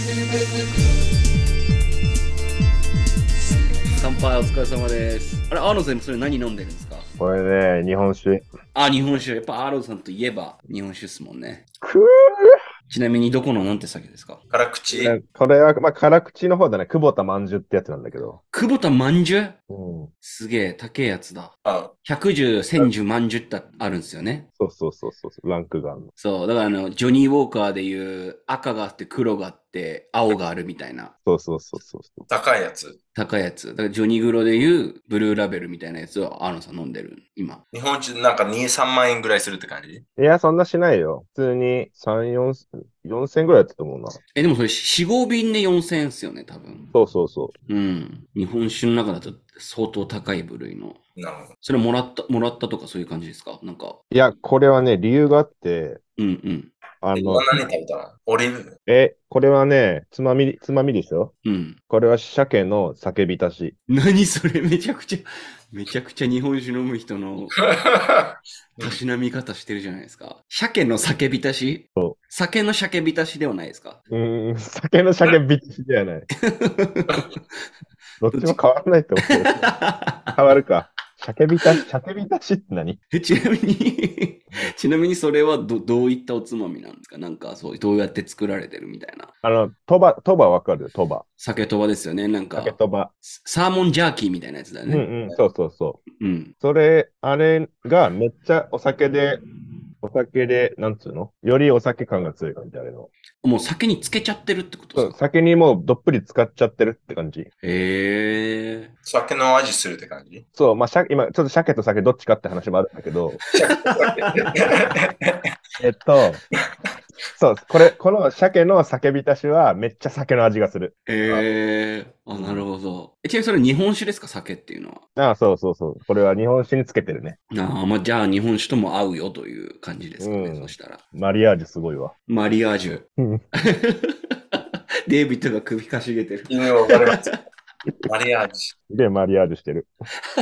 乾杯お疲れ様です。あれ、アーロンさんそれ何飲んでるんですか？ これね、日本酒。 日本酒。やっぱアーロンさんといえば日本酒っすもんね。 くーちなみにどこのなんて酒ですか？ 辛口。 これは、まあ、辛口の方だね。久保田まんじゅってやつなんだけど。 久保田まんじゅう？ うん。 すげえ、高えやつだ。 あ、 百十、千十、万十ってあるんですよね。 そう、ランクがあるの。 そう、だからジョニー・ウォーカーでいう赤があって黒があって青があるみたいなそう。 高いやつ。 高いやつ。だからジョニーグロでいうブルーラベルみたいなやつをアーロンさん飲んでる、今。 日本酒なんか2、3万円ぐらいするって感じ。 いや、そんなしないよ。普通に3、4、4千ぐらいやったと思うな。 でもそれ4、5瓶で4000円っすよね、多分。 そう。 うん。日本酒の中だと相当高い部類の。 なるほど。 それもらったとかそういう感じですか？なんか。 いや、これはね、理由があって、 うんうん。 何食べたの？オリーブ。 これはね、つまみでしょ？ うん。 これは鮭の酒浸し。 何それめちゃくちゃ日本酒飲む人のたしなみ方してるじゃないですか。鮭の酒浸し？ そう。 酒の鮭浸しではないですか？ 酒の鮭浸しではない。どっちも変わらないと思う。変わるか。鮭浸しって何？ ちなみにそれはどういったおつまみなんですか？なんかそう、どうやって作られてるみたいな。 鳥羽わかる？鳥羽。 酒とばですよね。なんか、 鮭鳥羽。 サーモンジャーキーみたいなやつだよね。 そう。 うん。 あれがめっちゃお酒で、なんつうの？よりお酒感が強い感じ、あれの。 もう酒につけちゃってるってことそう、 ですか？ 酒にもうどっぷり使っちゃってるって感じ。 へえ。 酒の味するって感じ。 そう、まあ、今、ちょっと鮭と酒どっちかって話もあるんだけど、そう、この鮭の酒浸しはめっちゃ酒の味がする。 なるほど。ちなみにそれ日本酒ですか？酒っていうのは。 そう。これは日本酒につけてるね。 じゃあ日本酒とも合うよという感じですかね。そしたら。 マリアージュすごいわ。 マリアージュ。デイビッドが首かしげてる。 意味わかります。マリアージュ。 で、マリアージュしてる。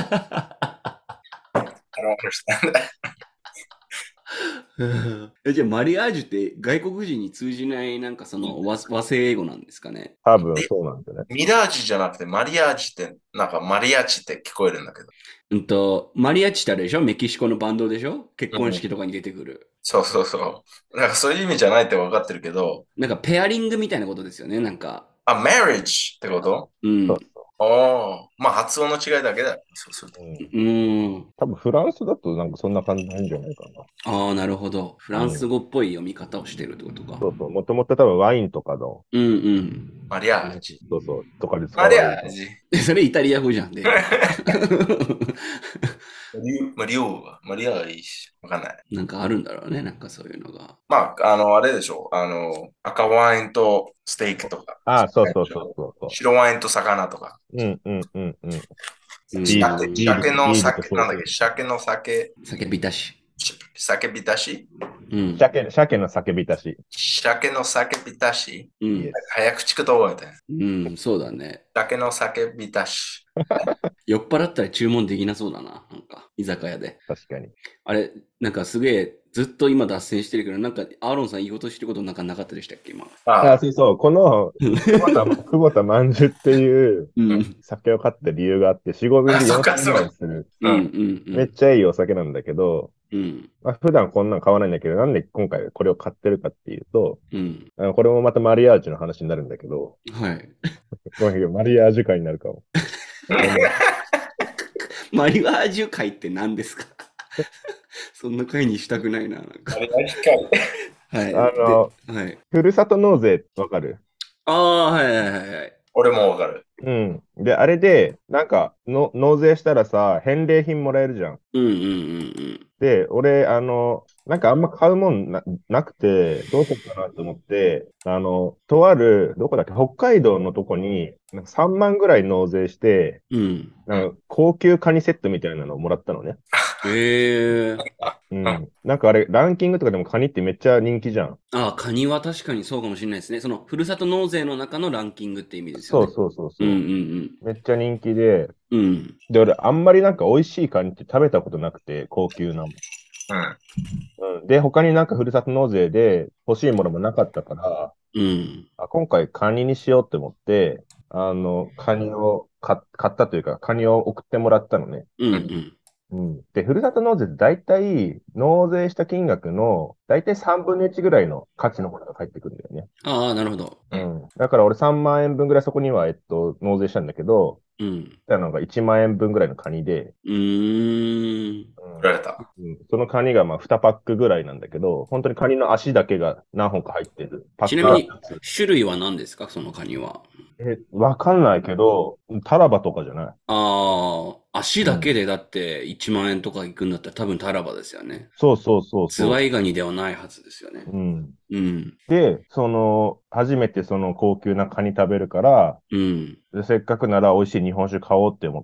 じゃあマリアージュって外国人に通じないなんかその和製英語なんですかね？ 多分そうなんだよね。 ミラージュじゃなくてマリアージュってなんかマリアーチって聞こえるんだけど。 マリアッチってあるでしょ？メキシコのバンドでしょ？結婚式とかに出てくる。 そう。なんかそういう意味じゃないって分かってるけど。 なんかペアリングみたいなことですよね。なんか。 marriage ってこと？ うん。 まあ発音の違いだけだよ。そうすると。 多分フランスだとなんかそんな感じなんじゃないかな。 なるほど。フランス語っぽい読み方をしてるってことか。 そう。もともと多分ワインとかの。 マリアージ。 そう。とかで使わマリれる。 アージ。 それイタリア語じゃんね。 マリオは、マリアーいいし、わかんない。 なんかあるんだろうね。なんかそういうのが。 まあ、あれでしょ。赤ワインとステーキとか。 そう。 白ワインと魚とか。鮭の酒、なんだっけ、鮭の酒。 酒浸し。 酒浸し？ 鮭の酒浸し。 鮭の酒浸し？早口言葉みたいな。そうだね。 鮭の酒浸し。 酔っ払ったら注文できなそうだな。なんか、居酒屋で。 確かに。 あれ、なんかすげえ、ずっと今脱線してるけど、なんか、アーロンさん言おうとしてることなんかなかったでしたっけ、今。 そう。この、久保田まんじゅっていう酒を買った理由があって、4、5瓶で4千円ぐらいする。めっちゃいいお酒なんだけど、普段こんなん買わないんだけど、なんで今回これを買ってるかっていうと、これもまたマリアージュの話になるんだけど、 はい。 ごめんけど、マリアージュ会になるかも。 マリアージュ会って何ですか？そんな会にしたくないな。なんかマリアージュ会。はい。 ふるさと納税わかる？ はい。 俺もわかる。 で、あれで、なんか納税したらさ、返礼品もらえるじゃん。で、俺、なんかあんま買うもんなくて、どうしようかなと思って、とある、どこだっけ、北海道のとこに、なんか3万ぐらい納税して、なんか高級カニセットみたいなのをもらったのね。なんかあれ、ランキングとかでもカニってめっちゃ人気じゃん。 カニは確かにそうかもしれないですね。その、ふるさと納税の中のランキングって意味ですよね。 そう。めっちゃ人気で、で、俺、あんまりなんか美味しいカニって食べたことなくて、高級なもん。で、他になんかふるさと納税で欲しいものもなかったから、 うん。 今回カニにしようって思って、カニを買ったというか、カニを送ってもらったのね。 うん。 うん。で、ふるさと納税って大体、納税した金額の、大体3分の1ぐらいの価値のものが返ってくるんだよね。 ああ、なるほど。 うん。だから俺3万円分ぐらいそこには、納税したんだけど、 うん。 のが1万円分ぐらいのカニで、 うーん。 うん売られた。 そのカニがまあ2パックぐらいなんだけど、本当にカニの足だけが何本か入ってる。パックがちなみに、種類は何ですか、そのカニは。 わかんないけど、タラバとかじゃない？ ああ、足うん。 だけでだって1万円とか行くんだったら多分タラバですよね。 そうそうそうズワそイガニではないはずですよね。 う。うん。 うん。 で、初めてその高級なカニ食べるから、 うん。 でせっかくなら美味しい日本酒買おうって思って、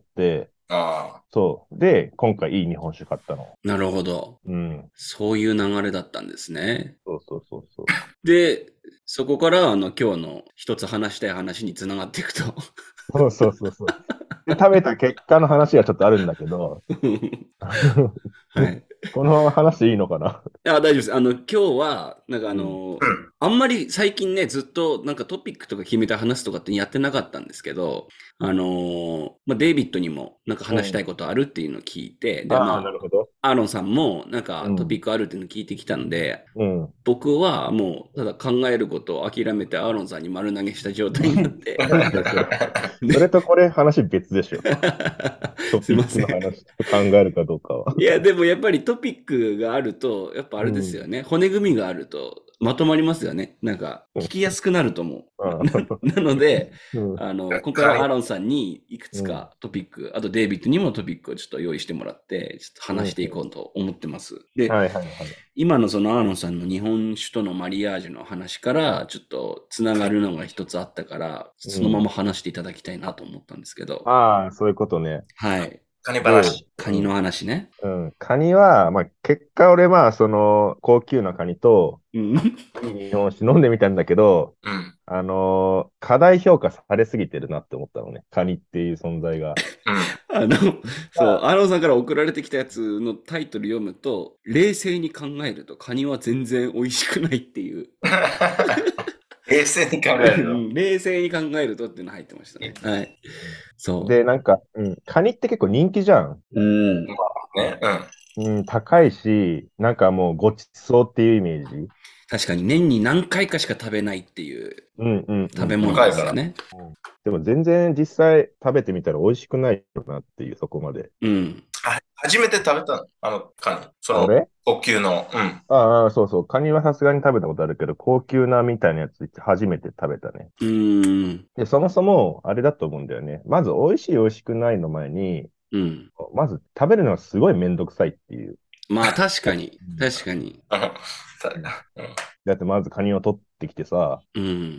あそう。で、今回いい日本酒買ったの。 なるほど。 うん。 そういう流れだったんですね。 そうそうそうそう。 で、そこから今日の一つ話したい話につながっていくと。 そうそうそうそう。で、食べた結果の話がちょっとあるんだけど、 はい。 この話いいのかな？ 大丈夫です。今日は、 うん。 あ。うん。 あんまり最近ね、ずっとなんかトピックとか決めて話すとかってやってなかったんですけど、デイビッドにもなんかうん。 話したいことあるっていうのを聞いて、で、 ああ、なるほど。 アーロンさんもなんかトピうん。 ックあるっていうのを聞いてきたんで、 うん。 僕はもうただ考えることを諦めてアーロンさんに丸投げした状態になって、 いやそれで、 とこれ話別でしょ。トすいピックません。 の話と考えるかどうかは。 いや、でもやっぱりトピックがあると、やっぱあれですうん。 よね。骨組みがあるとまとまりますよね。なんか、 うん。 聞きやすくなると思う。 あなので、 うん。 今回カニ。 はアーロンさんにいくつうん。 かトピック、あとデイビッドにもトピックをちょっと用意してもらって、ちょっとうん。 話していこうと思ってます。で、 はいはいはい。 今のそのアーロンさんの日本酒とのマリアージュの話から、ちょっとつながるのが一つあったから、そのまうん。 ま話していただきたいなと思ったんですけど、 ああ、そういうことね。 はい。 カニで、 話。 カニの話ね。 うん。カニは、まあ、結果俺まあ、高級なカニと、 うん。 いい日本酒飲んでみたんだけど、 うん。 過大評価されすぎてるなって思ったのね。カニっていう存在が。 うん。 あの、そう、 あアーロンさんから送られてきたやつのタイトル読むと、冷静に考えるとカニは全然美味しくないっていう。 冷静に考えるの。 冷静に考えるとっていうの入ってましたね。はい。そで、なんか、カニって結構人気じゃん。 う。うん。 まあね。うん。 うん、高いし、なんかもうごちそうっていうイメージ。 確かに年に何回かしか食べないっていううんうんうんうん。 食べ物高いから。 ですよね。 でも全然実際食べてみたら美味しくないよなっていう、そこまで。 うん。 初めて食べたのカニ。そあ、 の、 俺高級の。うん。 ああ、そうそう。カニはさすがに食べたことあるけど、高級なみたいなやつ初めて食べたね。 うーん。 で、そもそも、あれだと思うんだよね。まず、美味しい美味しくないの前に、 うん。 まず食べるのはすごいめんどくさいっていう。 まあ確かに。 うん。 確かに。 うん。 だってまずカニを取ってきてさ、 うん。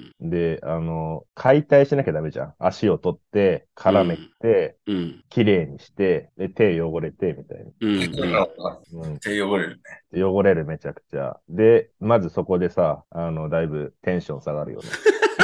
で、解体しなきゃダメじゃん。足を取って、絡めうん。 て、 うん。 綺麗にして、で、手汚れて、みたいな。 うん。うん。 うん。 手汚れるね。 汚れるめちゃくちゃ。で、まずそこでさ、だいぶテンション下がるよね。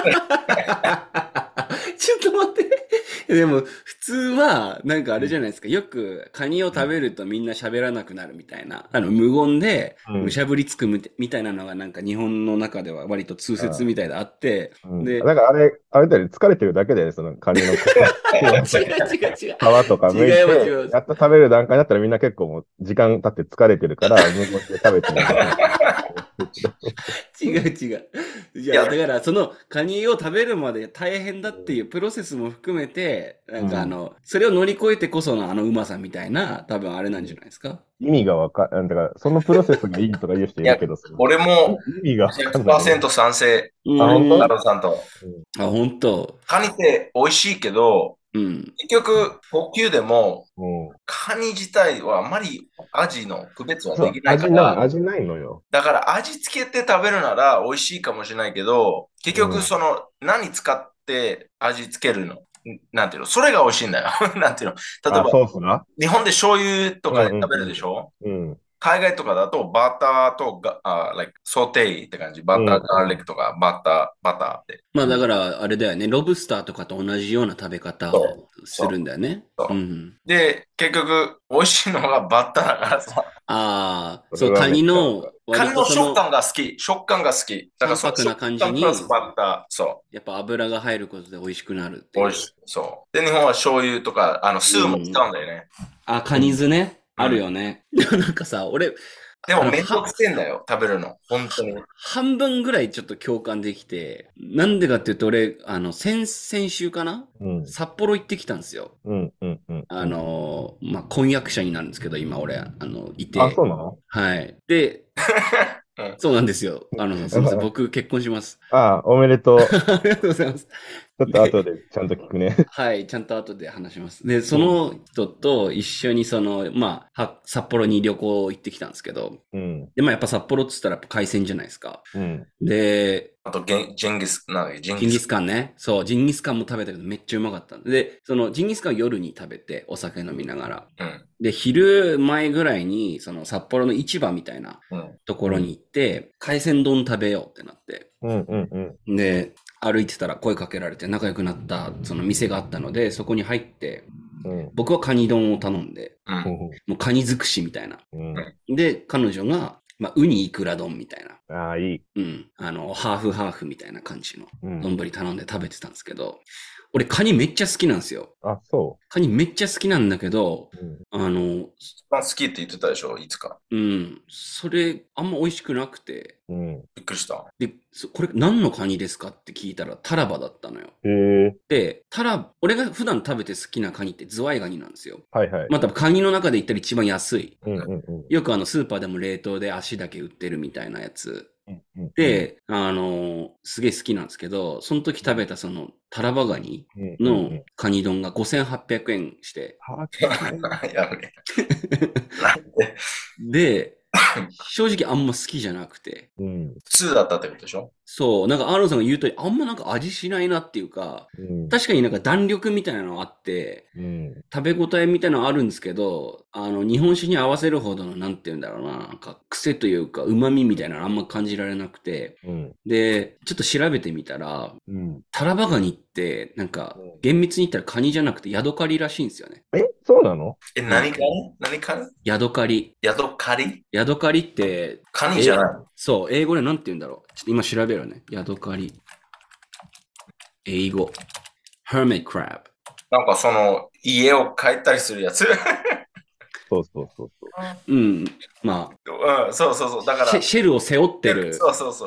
ちょっと待って。でも、普通は、なんかあうん。 れじゃないですか。よく、カニを食べるとみんな喋らなくなるみたいな。無言で、 うん。 むしゃぶりつくみたいなのが、なんか日本の中では割と通説みたいであって、 うん。 で、 だからあれだよね、疲れてるだけだよね、そのカニの皮違う違う違う。 とか剥い違いますて、 違います。 やっと食べる段階だったらみんな結構もう時間経って疲れてるから、無言で食べてるだけなんだけど。 違う違う。いや、 いや、 だから、その、カニを食べるまで大変だっていうプロセスも含めて、なんかうん。 それを乗り越えてこそのあのうまさみたいな、多分あれなんじゃないですか。 意味がだから、そのプロセスがいいとか言う人いや、 いるけど、 俺も意味がわかんないよね。 100%賛成。 うあ、本ーん。 当？ 太郎さんと。 うん。 あ、本当。 カニって美味しいけど、 うん。 結局、高級でも、 うん。 カニ自体はあまり味の区別はそう、 できないから、 味ないのよ。 だから味付けて食べるなら美味しいかもしれないけど、結うん。 局その何使って味付けるのなんていうのそれが美味しいんだよ。なんていうの例えあ、 ば、 ソースな。 日本で醤油とうんかで食べるでしうんょうん。うん。 海外とかだとバターとlike ソーテイって感じ。バターうんガーリックとかバターって。 まあうん。 だから、あれだよね。ロブスターとかと同じような食べ方そうをするそうんだよね。 そう。 うん。 で、結局、美味しいのがバターだからさ。 ああ、そう、 それはめっカニのちゃわかる。 カニの食感が好き。食感が好き。だから淡白な感じに、 プラスバッター、そう。 やっぱ油が入ることで美味しくなるって美味しい。そう。で、日本は醤油とか、酢も使うんだよね。 あ、カニ酢ね。あるよね。なんかさ、俺、 でもめんどくせえんだよ、食べるの。本当に。 半分ぐらいちょっと共感できて、なんでかっていうと俺、先週かな、札幌行ってきたんですよ。婚約者になるんですけど、今俺、いて。 あ、そうなの？ はい。で、そうなんですよ。すみません。僕結婚します。 あ、おめでとう。 ありがとうございます。 ちょっと後でちゃんと聞くね。 はい、ちゃんと後で話します。で、その人と一緒に札幌に旅行行ってきたんですけど、で、やっぱ札幌っつったら海鮮じゃないですか。で、 あと、ジンギスカンね。そう、ジンギスカンも食べたけどめっちゃうまかったんで、そのジンギスカンを夜に食べてお酒飲みながら。で、昼前ぐらいに、その札幌の市場みたいなところに行って、海鮮丼食べようってなって。で、歩いてたら声かけられて仲良くなったその店があったので、そこに入って、僕はカニ丼を頼んで、もうカニ尽くしみたいな。で、彼女が、ウニイクラ丼みたいな。 ああ、いい。 ハーフハーフみたいな感じの丼頼んで食べてたんですけど、俺カニめっちゃ好きなんですよ。 あ、そう。 カニめっちゃ好きなんだけど、 一番好きって言ってたでしょ、いつか。 それあんま美味しくなくて。 びっくりした。 で、これ何のカニですかって聞いたらタラバだったのよ。で、俺が普段食べて好きなカニってズワイガニなんですよ。 はいはい。 またカニの中で言ったら一番安い。よくスーパーでも冷凍で足だけ売ってるみたいなやつ。で、すげえ好きなんですけど、その時食べたそのタラバガニのカニ丼が5800円して。 やべえ。で、正直あんま好きじゃなくて。 普通だったってことでしょ？ そう。なんかアーロンさんが言うとり、あんまなんか味しないなっていうか、確かになんか弾力みたいなのがあって、食べ応えみたいなのあるんですけど、日本酒に合わせるほどの、なんて言うんだろうな、なんか癖というか、旨味みたいなのあんま感じられなくて、で、ちょっと調べてみたら、タラバガニって、なんか、厳密に言ったらカニじゃなくてヤドカリらしいんですよね。 そうなの？ 何カニ？ ヤドカリ。 ヤドカリ？ ヤドカリって、 カニじゃない？ そう、英語でなんて言うんだろう。ちょっと今調べるね。ヤドカリ。英語。hermit crab。 なんか家を帰ったりするやつ。 そう。 まあ。そう。だから。 シェルを背負ってる。 そう。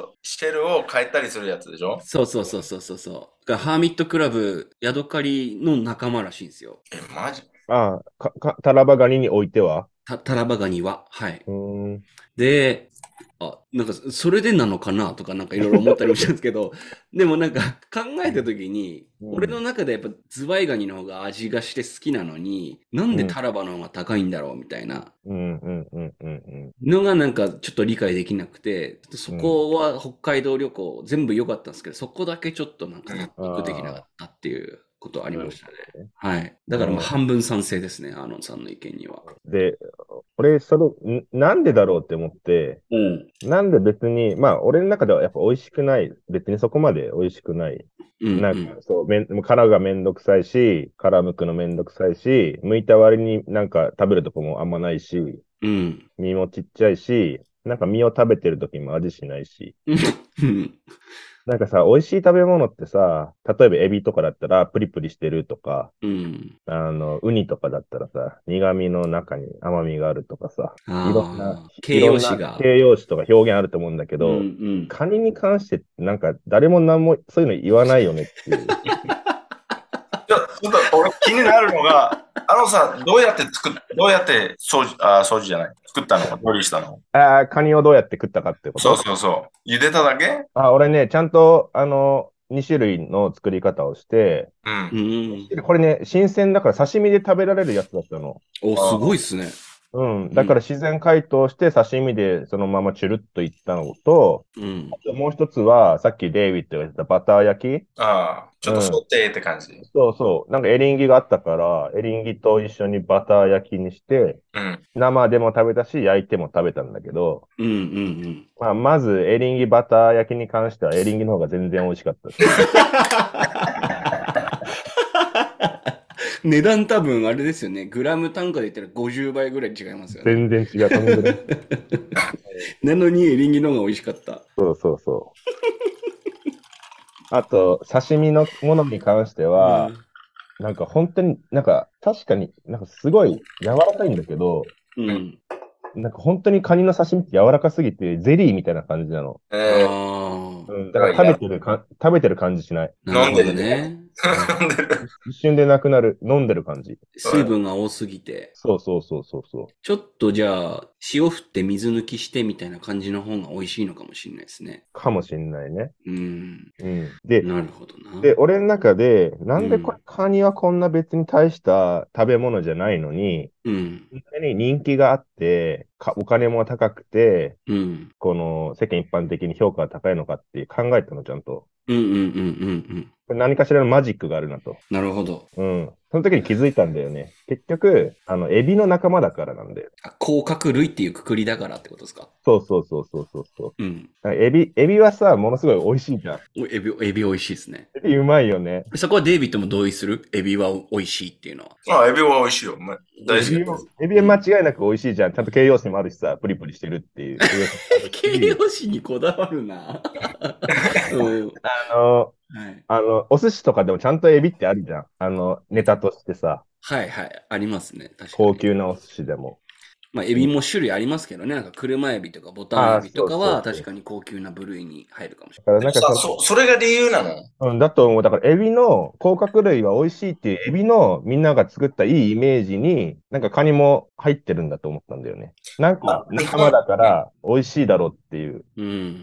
シェルを帰ったりするやつでしょ？ そう。ハーミットクラブ、ヤドカリの仲間らしいんですよ。 マジ？ ああ、タラバガニにおいては？ タラバガニは。はい。で、なんか、それでなのかなとかなんかいろいろ思ったりもしたんですけど、でもなんか考えたときに、俺の中でやっぱズワイガニの方が味がして好きなのに、なんでタラバの方が高いんだろうみたいなのがなんかちょっと理解できなくて、そこは北海道旅行全部良かったんですけど、そこだけちょっとなんか納得できなかったっていうことはありましたね。はい。だから半分賛成ですね、アーノンさんの意見には。 で、俺、なんでだろうって思って、なんで別に、俺の中ではやっぱ美味しくない。別にそこまで美味しくない。なんか、殻がめんどくさいし、殻剥くのめんどくさいし、剥いた割になんか食べるとこもあんまないし、身もちっちゃいし、なんか身を食べてる時も味しないし。なんかさ、美味しい食べ物ってさ、例えばエビとかだったらプリプリしてるとか、ウニとかだったらさ、苦味の中に甘みがあるとかさ、いろんな形容詞とか表現あると思うんだけど、カニに関してなんか誰も何もそういうの言わないよねっていう。 ちょっと俺気になるのが、さ、どうやって掃除じゃない、作ったのか、料理したの？ カニをどうやって食ったかってこと？ そう。茹でただけ？ 俺ね、ちゃんと、2種類の作り方をして、これね、新鮮だから刺身で食べられるやつだったの。 すごいっすね。 だから自然解凍して刺身でそのままチュルッといったのと、もう一つはさっきデイビッドが言ったバター焼き。 ちょっとソテーって感じ。 そう。なんかエリンギがあったから、エリンギと一緒にバター焼きにして、生でも食べたし、焼いても食べたんだけど、まずエリンギバター焼きに関してはエリンギの方が全然美味しかったです。 値段多分あれですよね。グラム単価で言ったら50倍ぐらい違いますよね。 全然違う。とんでもないなのにエリンギの方が美味しかった。 そうそうそう。あと、刺身のものに関しては、なんか本当に、なんか確かになんかすごい柔らかいんだけど、 うん。 なんか本当にカニの刺身って柔らかすぎて、ゼリーみたいな感じなの。 あうん、だから食べてる感じしない。 あ、なるほどね。 飲んでる。 一瞬でなくなる、飲んでる感じ。 水分が多すぎて。 そうそうそうそうそう。 ちょっとじゃあ、塩振って水抜きしてみたいな感じの方が美味しいのかもしれないですね。 かもしんないね。 うん。 うん。で、 なるほどな。 俺の中で、なんでこれ、カニはこんな別に大した食べ物じゃないのに、 うん。 本当に人気があって、お金も高くて、 うん。 この世間一般的に評価が高いのかって考えたの、ちゃんと。 うんうんうんうんうん。 これ何かしらのマジックがあるなと。 なるほど。 うん。その時に気づいたんだよね。結局、エビの仲間だからなんだよ。 甲殻類っていうくくりだからってことですか？ そうそうそうそうそうそう。 うん。 エビはさ、ものすごい美味しいじゃん。 エビ美味しいですね。 エビうまいよね。 そこはデイビッドも同意する？エビは美味しいっていうのは。 あ、エビは美味しいよ。大好き。 エビは間違いなく美味しいじゃん。ちゃんと形容詞もあるしさ、プリプリしてるっていう。 形容詞にこだわるな。うん。 あの、 はい。 お寿司とかでもちゃんとエビってあるじゃん。ネタとしてさ、 はいはい。ありますね。確かに。 高級なお寿司でも。 まあ、エビも種類ありますけどね。なんか車エビとかボタンエビとかは確かに高級な部類に入るかもしれない。 だからなんかそれが理由なの？ うん、だと思う。だからエビの甲殻類は美味しいっていうエビのみんなが作ったいいイメージに、なんかカニも入ってるんだと思ったんだよね。なんか仲間だから美味しいだろうっていう。 うん。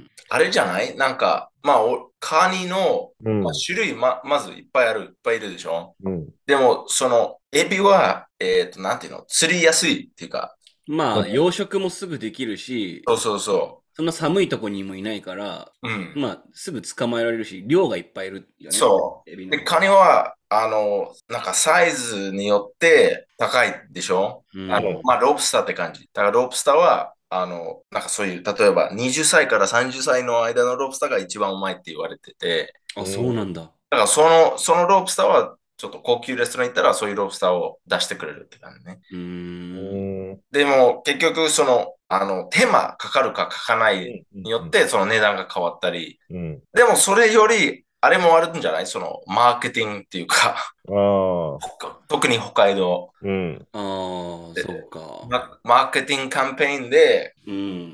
あれじゃないなんか、まあ、カニの、 うん。 種類まずいっぱいいっぱいいるでしょ？ うん。 でも、エビは、なんていうの、釣りやすいっていうか、 まあ、養殖もすぐできるし、 そうそうそそんな寒いとこにもいないから、 う。うん。 まあ、すぐ捕まえられるし、量がいっぱいいるよね。 そう。で、 エビの方が。 カニは、なんかサイズによって高いでしょ？ うん。 まあ、ロブスターって感じ。だからロブスターは、なんかそういう、例えば20歳から30歳の間のロブスターが一番うまいって言われてて、 あ、そうなんだ。 だからそのロブスターは、ちょっと高級レストラン行ったらそういうロブスターを出してくれるって感じね。 うーん。 でも結局手間かかるかかかないによってその値段が変わったり、 うん。 でもそれよりあれもあるんじゃない？マーケティングっていうかああ。 特に北海道。 うん。 ああ、そうか。 マーケティングキャンペーンで、 うん。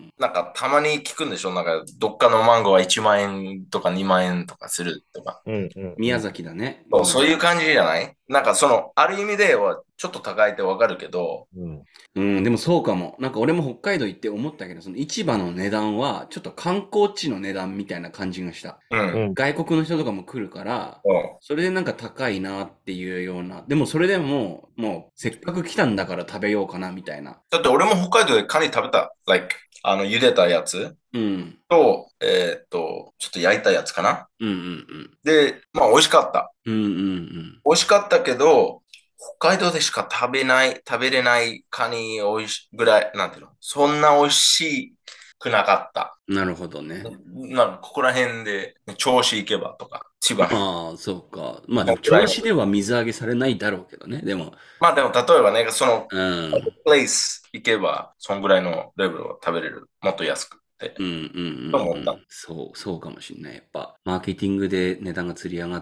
なんかたまに聞くんでしょ？なんかどっかのマンゴーは1万円とか2万円とかするとか。 うんうん。 宮崎だね。 そういう感じじゃない？なんかある意味ではちょっと高いってわかるけど、 うん。 うん、でもそうかも。なんか俺も北海道行って思ったけど、その市場の値段は、ちょっと観光地の値段みたいな感じがした。 うん。 外国の人とかも来るから、 うんそれでなんか高いなっていうような。でもそれでも、もうせっかく来たんだから食べようかなみたいな。 だって俺も北海道でカニ食べた。茹でたやつうん。 と、ちょっと焼いたやつかな。 うんうんで、まあ美味しかった。 うん。うんうん美味しかったけど、北海道でしか食べれないカニ美味しいぐらい、なんていうの、そんな美味しくなかった。 うん。なるほどね。 ここら辺で調子行けばとか、千葉。 ああ、そうか。まあでも調子では水揚げされないだろうけどね。でも、 まあでも例えばね、 うん。 プレイス行けば、そんぐらいのレベルを食べれる。もっと安くて。 うんうんうんと思った。 うん。そうかもしんない。やっぱ、マーケティングで値段が釣り上がって、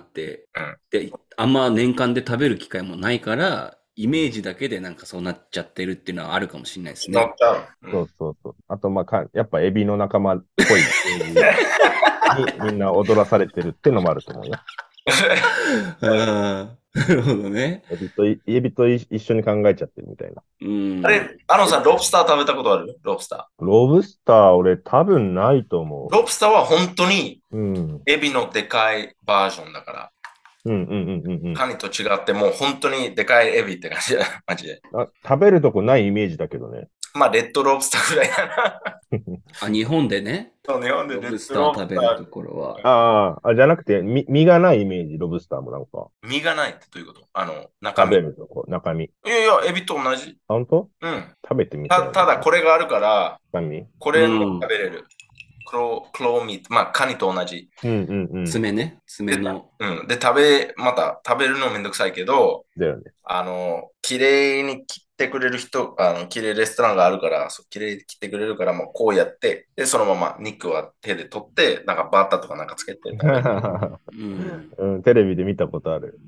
うん。 で、あんま年間で食べる機会もないから、イメージだけでなんかそうなっちゃってるっていうのはあるかもしんないですね。 乗っちゃう。 そうそうそう。あと、まあやっぱエビの仲間っぽいイメージにみんな踊らされてるっていうのもあると思うよ。 ああ、なるほどね。 エビと一緒に考えちゃってるみたいな。 うん。 あれ、さん、ロブスター食べたことある？ロブスタロブスター、俺多分ないと思ー。ロブスターは本当にう。うん。 エビのでかいバージョンだから。 うんうんうんうんうん。 カニと違ってもう本当にでかいエビって感じだ。マジで。 食べるとこないイメージだけどね。 まあ、レッドロブスターぐらいかな。 あ、日本でね、 そう、日本でロブレッスター食べドロブスタるところは。 じゃなくて、身がないイメージ、ロブスターもなんか。 ー。身がないってどういうこと？中食べ身。 るとこ、中身。 いやいや、エビと同じ。 本当？ うん。 食べてみたいな。 ただこれがあるから、 中身。 これも食べれる。 クローミー、まあ、カニと同じ。 爪ね。爪の。 で、また食べるのめんどくさいけど、 だよね。 綺麗に切ってくれる人、綺麗レストランがあるから、綺麗に切ってくれるから、もうこうやって、で、そのまま肉は手で取って、なんかバターとかなんかつけて食べる。 テレビで見たことある。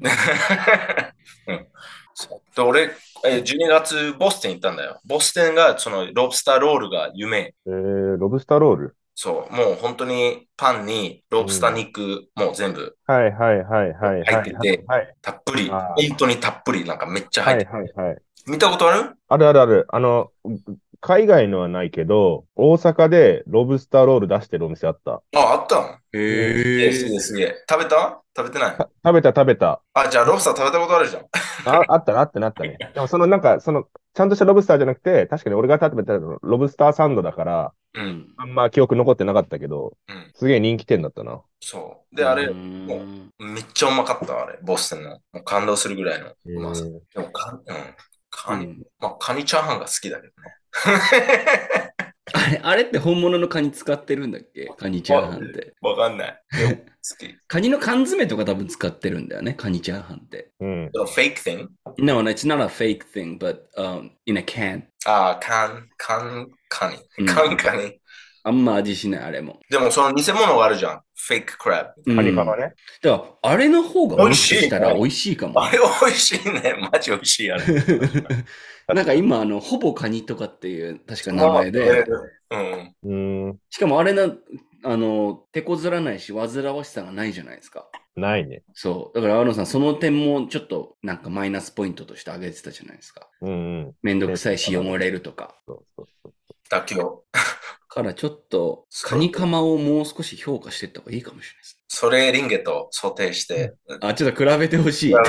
で俺、12月ボストン行ったんだよ。ボストンがそのロブスターロールが夢。 ロブスターロールそう、もう本当にパンにロブスター肉、もう全部入ってて、たっぷり、本当にたっぷり、なんかめっちゃ入ってて。見たことある？ あるあるある。海外のはないけど、大阪でロブスターロール出してるお店あった。 あったの？すげえ。食べた？食べてない？ 食べた。 じゃあロブスター食べたことあるじゃん。 あったね。でもちゃんとしたロブスターじゃなくて、確かに俺が食べたのロブスターサンドだから、あんま記憶残ってなかったけど、すげえ人気店だったな。 そう。で、あれ、もう、めっちゃうまかった、あれ、ボストンの。もう感動するぐらいのうまさ。でも、カニチャーハンが好きだけどね。 あれって本物のカニ使ってるんだっけ？カニチャーハンって。 わかんない。でも好き。 カニの缶詰とか多分使ってるんだよね、カニチャーハンって。 fake thing? No, it's not a fake thing, but in a can. カニ。 あんま味しない、あれも。 でもその偽物があるじゃん。フェイククラブ。 カニカマね。 だから、あれの方がもしかしたら美味しいかも。 あれ美味しいね。マジ美味しいやれ。 なんか今、ほぼカニとかっていう、確か名前で。しかもあれ手こずらないし、煩わしさがないじゃないですか。 ないね。 そう。だから、さん、その点もちょっと、なんかマイナスポイントとして挙げてたじゃないですか。めんどくさいし、汚れるとか。 妥協。 からちょっと、カニカマをもう少し評価していった方がいいかもしれないです。 それリンゲと想定して。 ちょっと比べてほしい。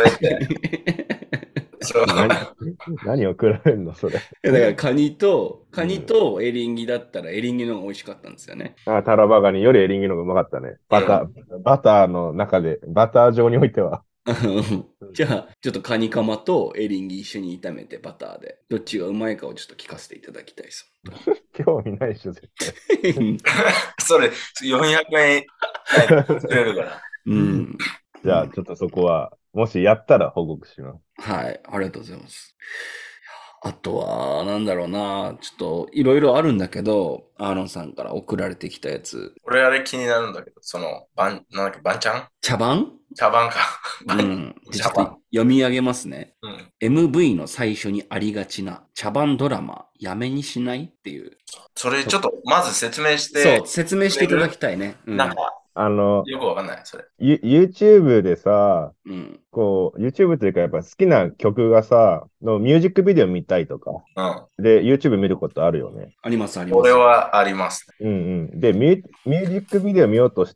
何を比べるのそれ。 だからカニとエリンギだったらエリンギの方が美味しかったんですよね。 タラバガニよりエリンギの方がうまかったね。バターの中で、バター状においては。 じゃあ、ちょっとカニカマとエリンギ一緒に炒めてバターで、どっちがうまいかをちょっと聞かせていただきたいです。 興味ないでしょ、絶対。 それ、400円作れるから。 じゃあ、ちょっとそこは、もしやったら報告します。 はい、ありがとうございます。あとは、なんだろうな、ちょっといろいろあるんだけど、アーロンさんから送られてきたやつ。 俺あれ気になるんだけど、なんだっけ、バンチャン？ 茶番か。 ちょっと読み上げますね。MV の最初にありがちな茶番ドラマ、やめにしないっていう。 それちょっとまず説明して。 そう、説明していただきたいね。 なんか、よくわかんない、それ。 YouTube でさ、YouTube というかやっぱ好きな曲がさ、のミュージックビデオ見たいとか、で、YouTube 見ることあるよね。 あります、あります。 俺はあります。 で、ミュージックビデオ見ようとして、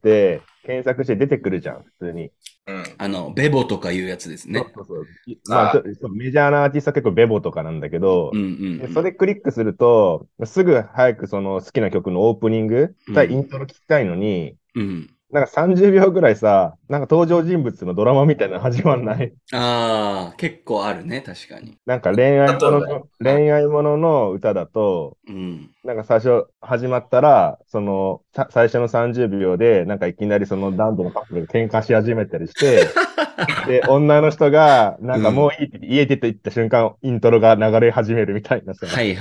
検索して出てくるじゃん、普通に。 ベボとかいうやつですね。 メジャーなアーティストは結構ベボとかなんだけど、それクリックすると、すぐ早くその好きな曲のオープニング、イントロ聞きたいのに、なんか30秒ぐらいさ、なんか登場人物のドラマみたいなの始まんない？ 結構あるね、確かに。 なんか恋愛ものの歌だと、なんか最初始まったら、最初の30秒で、なんかいきなりその男女のカップルが喧嘩し始めたりして、で、女の人が、なんかもういいって家出て行った瞬間、イントロが流れ始めるみたいなさ。 はい。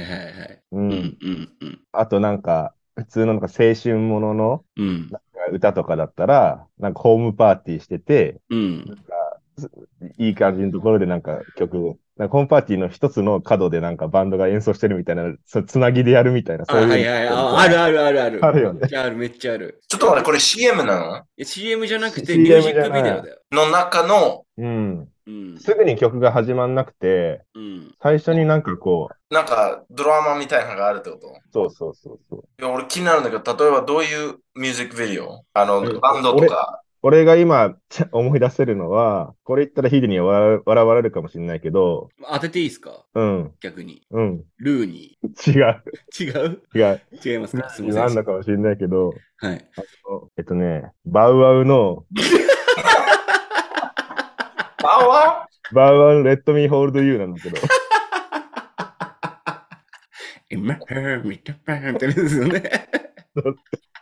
あとなんか、普通のなんか青春ものの、なんか歌とかだったら、なんかホームパーティーしてて、なんかいい感じのところでなんか曲、なんかホームパーティーの一つの角でなんかバンドが演奏してるみたいな、つなぎでやるみたいな、そういう。 ある。 あるよね。 めっちゃある。 ちょっと待って、これ CM なの ？CM じゃなくてミュージックビデオだよ。 の中の、 すぐに曲が始まんなくて、最初になんかなんかドラマみたいなのがあるってこと？ そう。 いや、俺気になるんだけど、例えばどういうミュージックビデオ？バンドとか。 俺が今思い出せるのは、これ言ったらヒデには笑われるかもしれないけど。 当てていいですか？逆に。ルーニー。違う。 違いますか？すみません。 なんだかもしれないけど。 はい。 バウワウのバウワウの Let Me Hold You なんだけど。 今、みたいなってですよね。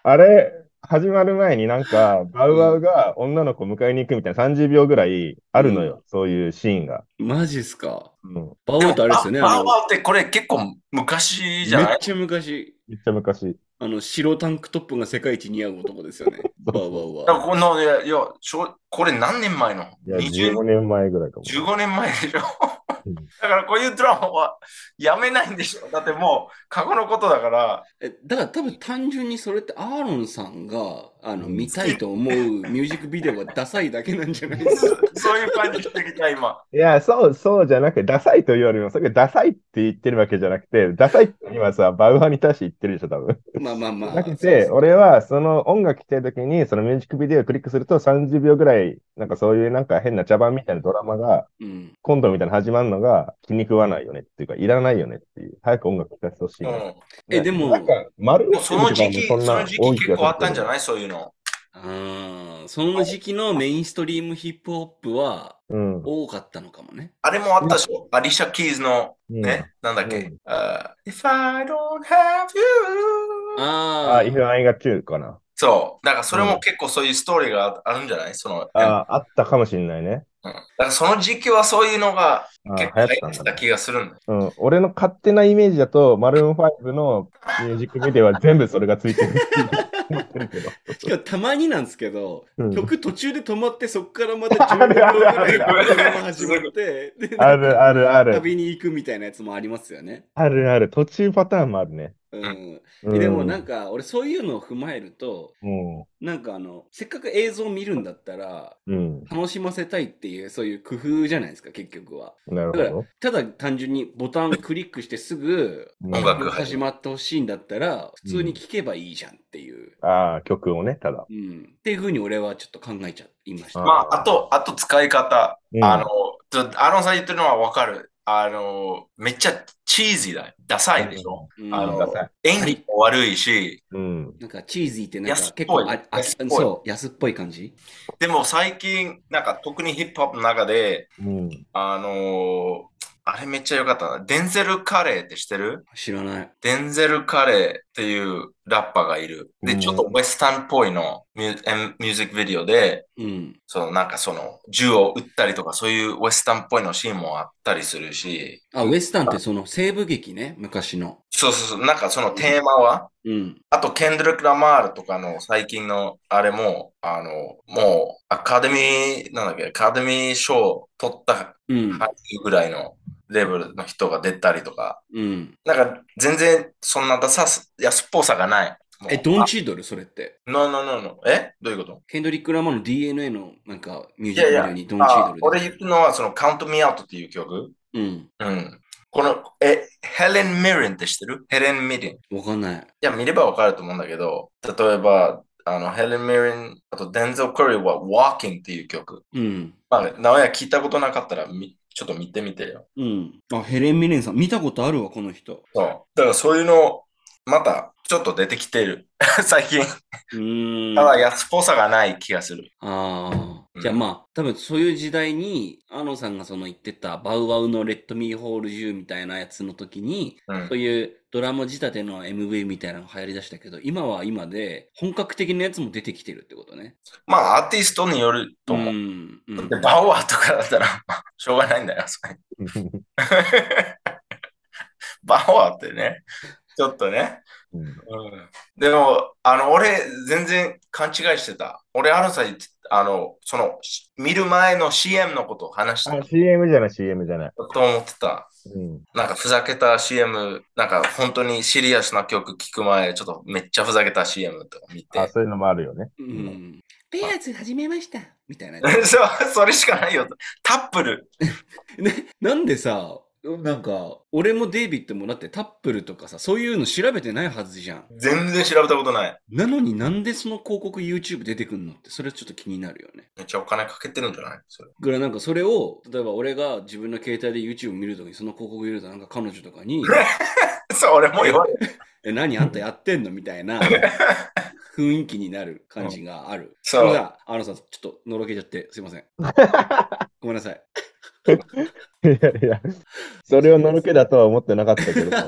あれ、始まる前になんか、バウアウが女の子迎えに行くみたいな30秒ぐらいあるのよ、そういうシーンが。 マジっすか。 うん、 バウアウってあれですよね。 バウアウってこれ結構昔じゃない？ めっちゃ昔。 めっちゃ昔。 白タンクトップが世界一似合う男ですよね。バウアウは。 この、これ何年前の？ いや、15年前ぐらいかも。 15年前でしょ。 うん、 だからこういうドラマはやめないんでしょ。だってもう過去のことだから。 だから多分単純にそれってアーロンさんが見たいと思うミュージックビデオがダサいだけなんじゃないですか。 そういう感じしてきた今。 いや、そうじゃなくて、ダサいというよりも、それがダサいって言ってるわけじゃなくて、ダサいって今さ、バウアーに対して言ってるでしょ、多分。 まあまあまあ。 なくて、俺はその音楽聴いてるときに、そのミュージックビデオをクリックすると30秒ぐらい、なんかそういうなんか変な茶番みたいなドラマが、コントみたいなの始まるのが気に食わないよねっていうか、いらないよねっていう。早く音楽聴かせてほしいな。 でも、 なんか、 その時期結構あったんじゃない？そういうの。 その時期のメインストリームヒップホップは多かったのかもね。 あれもあったでしょ。アリシャ・キーズのね、なんだっけ。If I don't have you. If I got you かな。 そう。だからそれも結構そういうストーリーがあるんじゃない？ あったかもしれないね。 だからその時期はそういうのが結構流行ってた気がするんだ。 俺の勝手なイメージだと、マルーン5のミュージックビデオは全部それがついてるって思ってるけど。 しかもたまになんですけど、曲途中で止まって、そこからまた15秒ぐらいが始まって、 ある。 旅に行くみたいなやつもありますよね。 ある。途中パターンもあるね。 でもなんか、俺そういうのを踏まえると、なんかせっかく映像を見るんだったら、楽しませたいっていう、そういう工夫じゃないですか、結局は。 なるほど。だから、 ただ単純にボタンクリックしてすぐ音楽始まってほしいんだったら、普通に聴けばいいじゃんっていう。 曲をね、ただ。 っていうふうに俺はちょっと考えちゃいました。 あと使い方。アロンさん言ってるのはわかる。めっちゃチーズィーだ。ダサいでしょ。演技も悪いし。 なんかチーズィーってなんか結構そう、安っぽい感じ。 でも最近、なんか特にヒップホップの中で、あれめっちゃ良かったな。デンゼル・カレーって知ってる？ 知らない。 デンゼル・カレーっていうラッパーがいる。で、ちょっとウエスタンっぽいのミュージックビデオで、なんか銃を撃ったりとか、そういうウエスタンっぽいのシーンもあったりするし。 ウエスタンって西部劇ね、昔の。 そう。なんかそのテーマは、あと、ケンドリック・ラマールとかの最近のあれも、もうアカデミー賞を取ったぐらいのレベルの人が出たりとか、なんか全然そんな安っぽさがない。 ドンチードルそれって。 No. どういうこと？ ケンドリック・ラマーの DNA のなんかミュージックビデオにドンチードル。 俺言うのはその Count Me Out っていう曲。この、ヘレン・ミリンって知ってる？ヘレン・ミリン。 わかんない。 いや、見ればわかると思うんだけど、例えば、ヘレン・ミリン、あとデンゼル・カリーは Walking っていう曲。まあ、名古屋聞いたことなかったら、ちょっと見てみてよ。 ヘレン・ミレンさん、見たことあるわ、この人。 そう。だからそういうの、またちょっと出てきてる。最近。ただ安っぽさがない気がする。 じゃあまあ、多分そういう時代に、アノさんが言ってたバウワウのレッドミーホール10みたいなやつの時に、そういうドラマ仕立ての MV みたいなのが流行りだしたけど、今は今で本格的なやつも出てきてるってことね。 まあ、アーティストによると思う。でバウアーとかだったら、しょうがないんだよ、それ。バウアーってね、ちょっとね。でも、俺、全然勘違いしてた。俺、さん、見る前の CM のことを話した。 CM じゃない。 と思ってた。なんかふざけた CM、なんか本当にシリアスな曲聴く前、ちょっとめっちゃふざけた CM とか見て。 そういうのもあるよね。 ペアーズ始めました。みたいな。 それしかないよ。タップル。 なんでさ、なんか、俺もデイビッドもだってタップルとかさ、そういうの調べてないはずじゃん。 全然調べたことない。 なのになんでその広告 YouTube 出てくんのって、それちょっと気になるよね。 めっちゃお金かけてるんじゃないそれ。 だからなんかそれを、例えば俺が自分の携帯で YouTube 見るときにその広告入れるとなんか彼女とかにそう、俺も言われる。何あんたやってんのみたいな雰囲気になる感じがある。 そう。 さ、ちょっとのろけちゃってすいません。ごめんなさい。 いやいや、それをのろけだとは思ってなかったけど。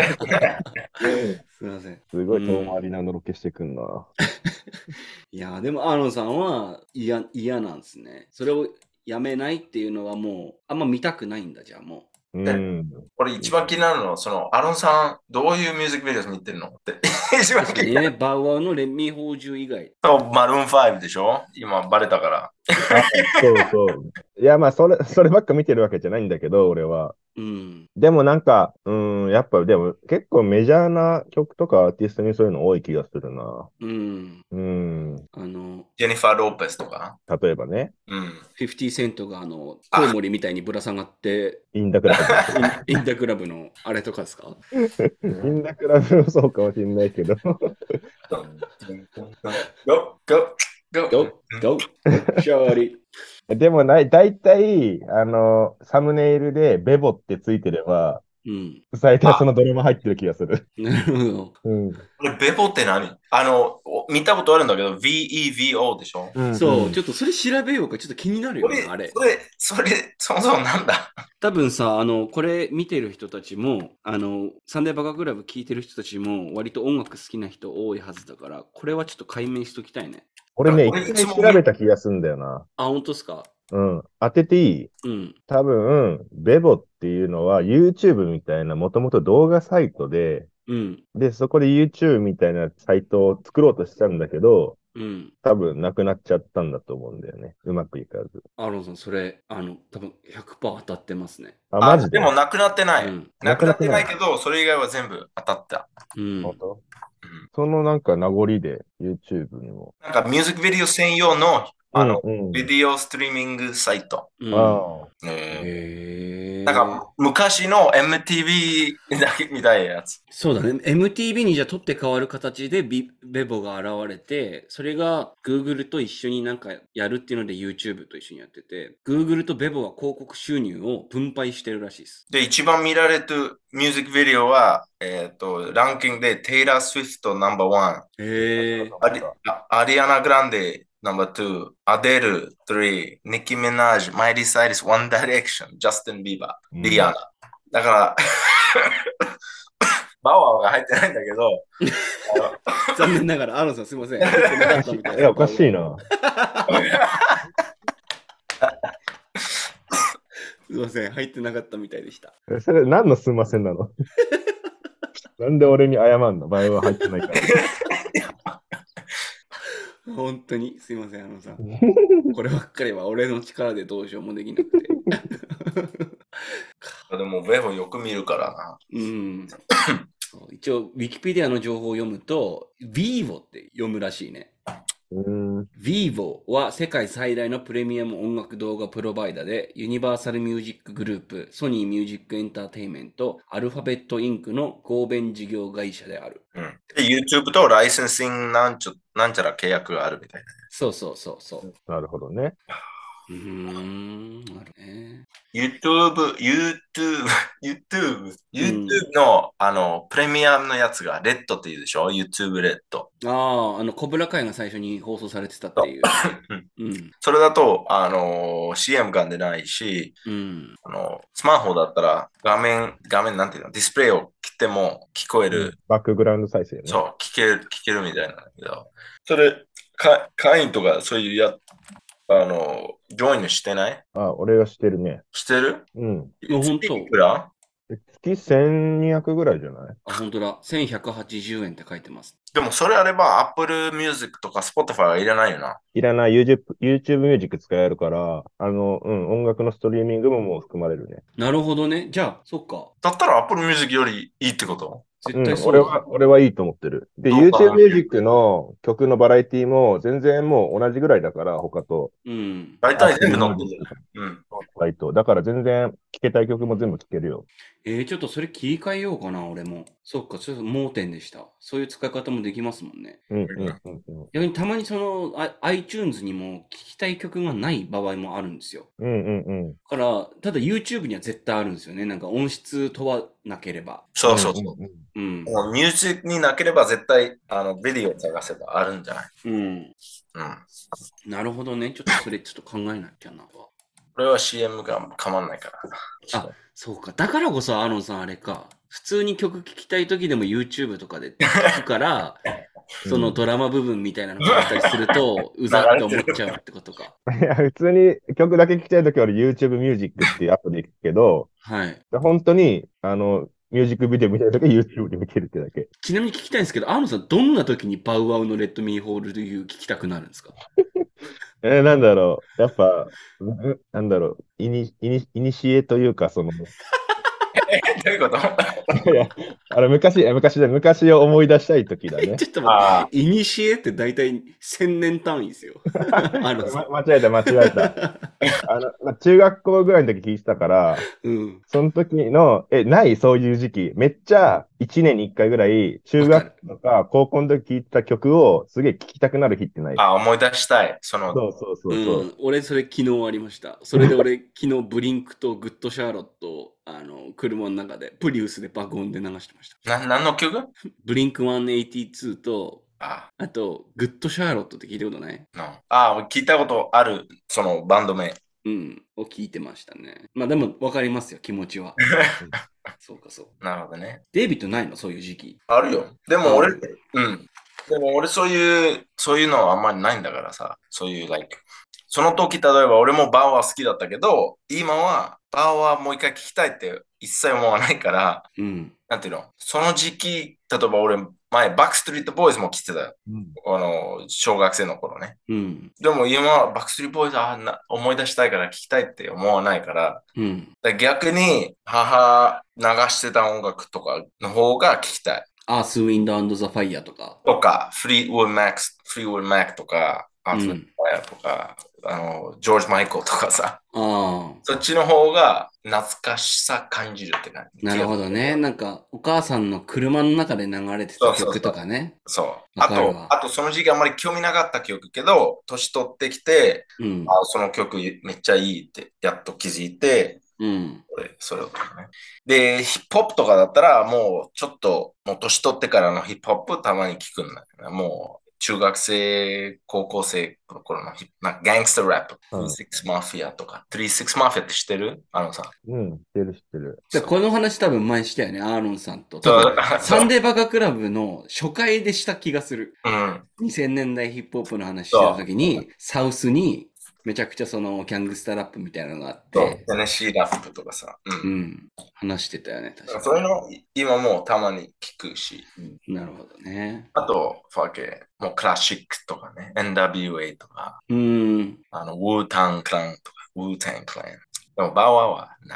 すいません。 すごい遠回りなのろけしてくんな。 いや、でもアーロンさんは嫌なんですね。それをやめないっていうのはもう、あんま見たくないんだ、じゃあもうん。 これ一番気になるのは、アロンさん、どういうミュージックビデオ見てるのって。一う。 番気になる。 確かにね、バウアーのレミ放獣以外。 マルーン5でしょ今バレたから。 そうそう。いや、まあ、そればっか見てるわけじゃないんだけど、俺は。 うん。 でもなんか、やっぱでも結構メジャーな曲とかアーティストにそういうの多い気がするな。 うん。 ジェニファー・ローペスとか。 例えばね。 うん。 50セントがコウモリみたいにぶら下がって、 インダクラブ。 インダクラブのあれとかですか？ インダクラブもそうかもしれないけど。 Go, go, Go, go,シャーリでも大体、サムネイルでベボってついてれば、 うん。 大体そのドラマ入ってる気がする。 なるほど。 うん。 これベボって何見たことあるんだけど、VEVO でしょ、 そう、ちょっとそれ調べようか。ちょっと気になるよね、あれ。 それ、そもそもなんだ？ 多分さ、これ見てる人たちも、サンデーバカクラブ聞いてる人たちも、割と音楽好きな人多いはずだから、これはちょっと解明しときたいね。 俺ね、一回調べた気がするんだよな。 あ、本当っすか？ うん。当てていい？ うん。 多分、ベボっていうのは YouTube みたいなもともと動画サイトで、 うん。 で、そこで YouTube みたいなサイトを作ろうとしたんだけど、 うん。 多分なくなっちゃったんだと思うんだよね。うまくいかず。 アーロンさん、それ、多分100%当たってますね。 あ、マジで？ でもなくなってない。 うん。 なくなってないけど、それ以外は全部当たった。 うん。 本当？そのなんか名残で YouTube にも。 なんかミュージックビデオ専用の、 うんビデオストリーミングサイト。 うん。 ああ。 なんか昔の MTV だけみたいなやつ。 そうだね。MTV にじゃあ取って変わる形でベボが現れて、それが Google と一緒になんかやるっていうので YouTube と一緒にやってて、Google とベボは広告収入を分配してるらしいです。 で、一番見られたミュージックビデオは、ランキングでテイラー・スウィフトナンバーワン。アリアナ・グランデナンバーツー、アデル3、ニッキー・ミナージ、マイリー・サイリス、ワン・ダイレクション、ジャスティン・ビーバー、リアナ。だから、バワーが入ってないんだけど、 残念ながら、アーロンさんすいません。 いや、おかしいな。 すいません。入ってなかったみたいでした。 それ何のすいませんなの？なんで俺に謝んの？場合は入ってないから。 本当にすいません、アーロンさん。こればっかりは俺の力でどうしようもできなくて。 でも、ベボよく見るからな。 うん。一応、ウィキペディアの情報を読むと、Vivo って読むらしいね。Vivo は世界最大のプレミアム音楽動画プロバイダで、ユニバーサルミュージックグループ、ソニーミュージックエンターテインメント、アルファベットインクの合弁事業会社である。 で、YouTube とライセンシングなんちゃら契約があるみたいな。 そう。 なるほどね。 なるね。 YouTube の、プレミアムのやつがレッドって言うでしょ？ YouTube レッド。 コブラ会が最初に放送されてたっていう。 それだと、CM が出ないし、スマホだったら画面なんていうの、ディスプレイを切っても聞こえる。 バックグラウンド再生ね。 そう、聞けるみたいなんだけど、それ、会員とかそういうジョインしてない？ 俺がしてるね。 してる？ 本当？ いくら？ 月1200ぐらいじゃない？ 本当だ。1180円って書いてます。 でもそれあれば Apple Music とか Spotify はいらないよな。 いらない。YouTube Music 使えるから、音楽のストリーミングももう含まれるね。 なるほどね。じゃあ、そっか。 だったら Apple Music よりいいってこと？ 絶対そうだ、 俺はいいと思ってる。で、YouTube Music の曲のバラエティも全然もう同じぐらいだから、他と。 大体全部載ってる。 だから全然聴けたい曲も全部聴けるよ。 ちょっとそれ切り替えようかな、俺も。そっか、ちょっと盲点でした。そういう使い方もできますもんね。逆にたまにiTunes にも聴きたい曲がない場合もあるんですよ。だから、ただ YouTube には絶対あるんですよね。なんか音質問わなければ。 そう。ミュージックになければ絶対、ビデオを探せばあるんじゃない？ なるほどね。ちょっとそれ考えなきゃな。 俺は CM が構わないから。 あ、そうか。だからこそアーロンさんあれか。普通に曲聴きたい時でも YouTube とかで聴くから、そのドラマ部分みたいなのがあったりすると、うざって思っちゃうってことか。 いや、普通に曲だけ聴きたい時は俺 YouTube Music っていうアプリで聴くけど、 はい。 本当に、ミュージックビデオ見たい時は YouTube で見てるってだけ。 ちなみに聞きたいんですけど、アーロンさんどんな時にバウアウのレッドミーホールドユー聞きたくなるんですか？ なんだろう。やっぱ、なんだろう。イニシエというか、 どういうこといや、昔を思い出したい時だね。 ちょっと待って、イニシエって大体1000年単位ですよ。アーロンさん。 間違えた。中学校ぐらいの時聞いてたから、 うん。 その時の、ないそういう時期。めっちゃ1年に1回ぐらい、中学とか高校の時聞いてた曲をすげえ聴きたくなる日ってない？ 思い出したい。 そう。 俺それ昨日ありました。それで俺昨日ブリンクとグッドシャーロットを車の中でプリウスで爆音で流してました。 何の曲？ ブリンク182と、 あと、グッドシャーロットって聞いたことない？ 聞いたことある、そのバンド名。 を聞いてましたね。まあでも分かりますよ、気持ちは。そうかそう。 なるほどね。 デイビッドないの？そういう時期。 あるよ。でも俺そういうのはあんまりないんだからさ。そういう、その時、例えば俺もバウアー好きだったけど、今はバウアーもう一回聞きたいって一切思わないから、なんていうの、その時期、例えば俺、前、バックストリートボーイズも聞いてたよ。小学生の頃ね。でも今、バックストリートボーイズ思い出したいから聞きたいって思わないから、逆に母流してた音楽とかの方が聞きたい。 アース、ウィンド、アンド、ザ・ファイヤーとか。 フリーウッドマックとか、アース、ウィンド、ファイヤーとか、ジョージ・マイコルとかさ。そっちの方が懐かしさ感じるって感じ。 なるほどね。なんか、お母さんの車の中で流れてた曲とかね。 あとその時期あんまり興味なかった曲けど、年取ってきて、その曲めっちゃいいってやっと気づいて、それをね。で、ヒップホップとかだったら、もう年取ってからのヒップホップたまに聞くんだけど、もう中学生、高校生の頃のガングスターラップ、36マフィアとか、36マフィアって知ってる？アーロンさん。 知ってる。 この話多分前したよね、アーロンさんと。サンデーバカクラブの初回でした気がする。2000年代ヒップホップの話してた時に、サウスに、めちゃくちゃそのキャングスターラップみたいなのがあって。 テネシーラップとかさ。 話してたよね、確かに。 そういうの今もうたまに聞くし。 なるほどね。 あと、もうクラシックとかね。NWA とか。ウータンクランとか。ウータンクラン。でもバウアーはない。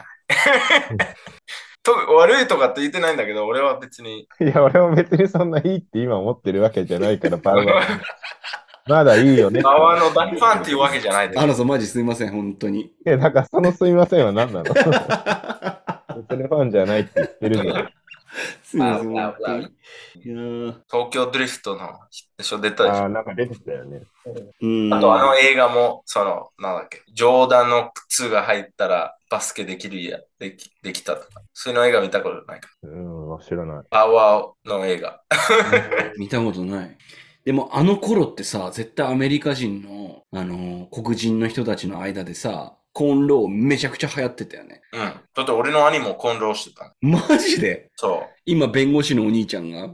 悪いとかって言ってないんだけど、俺は別に。 いや、俺も別にそんないいって今思ってるわけじゃないから、バウアー。まだいいよね。 バウアーの大ファンっていうわけじゃない。 アーロンさんマジすいません、本当に。 なんかそのすいませんは何なの？別にファンじゃないって言ってるけど。 すいません。 東京ドリフトの出たでしょ。 なんか出てたよね。 あと映画も、なんだっけ、ジョーダンの靴が入ったらバスケできたとか。そういうの映画見たことないか。 知らない。 バウアーの映画。 見たことない。でもあの頃ってさ、絶対アメリカ人の、黒人の人たちの間でさ、コーンローめちゃくちゃ流行ってたよね。 だって俺の兄もコーンローしてた。 マジで？ そう。 今弁護士のお兄ちゃんが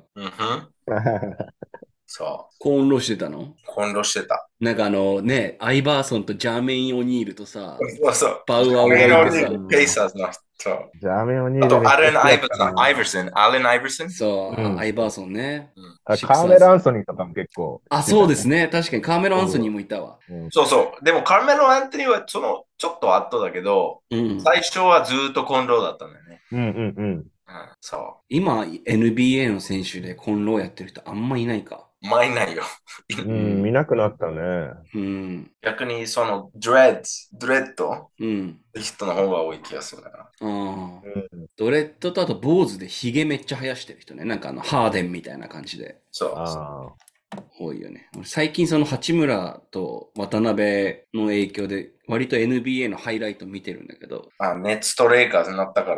そう。 コーンローしてたの？ コーンローしてた。 なんかアイバーソンとジャーメイン・オニールとさ、 バウアーがいてさ、ペイサーズの人。 ジャーメイン・オニール。 あとアレン・アイバーソン。 そう、アイバーソンね。 カーメル・アンソニーとかも結構。 そうですね。確かにカーメル・アンソニーもいたわ。 そう。でもカーメル・アンソニーはちょっと後だけど、最初はずっとコンローだったんだよね。そう。 今、NBA の選手でコンローやってる人あんまいないか。 いないよ。 見なくなったね。 逆にドレッド人の方が多い気がするな。 ドレッドとあと坊主でヒゲめっちゃ生やしてる人ね。なんかハーデンみたいな感じで。 そう。 多いよね。最近八村と渡辺の影響で割と NBA のハイライト見てるんだけど。 ネッツとレイカーズになったから。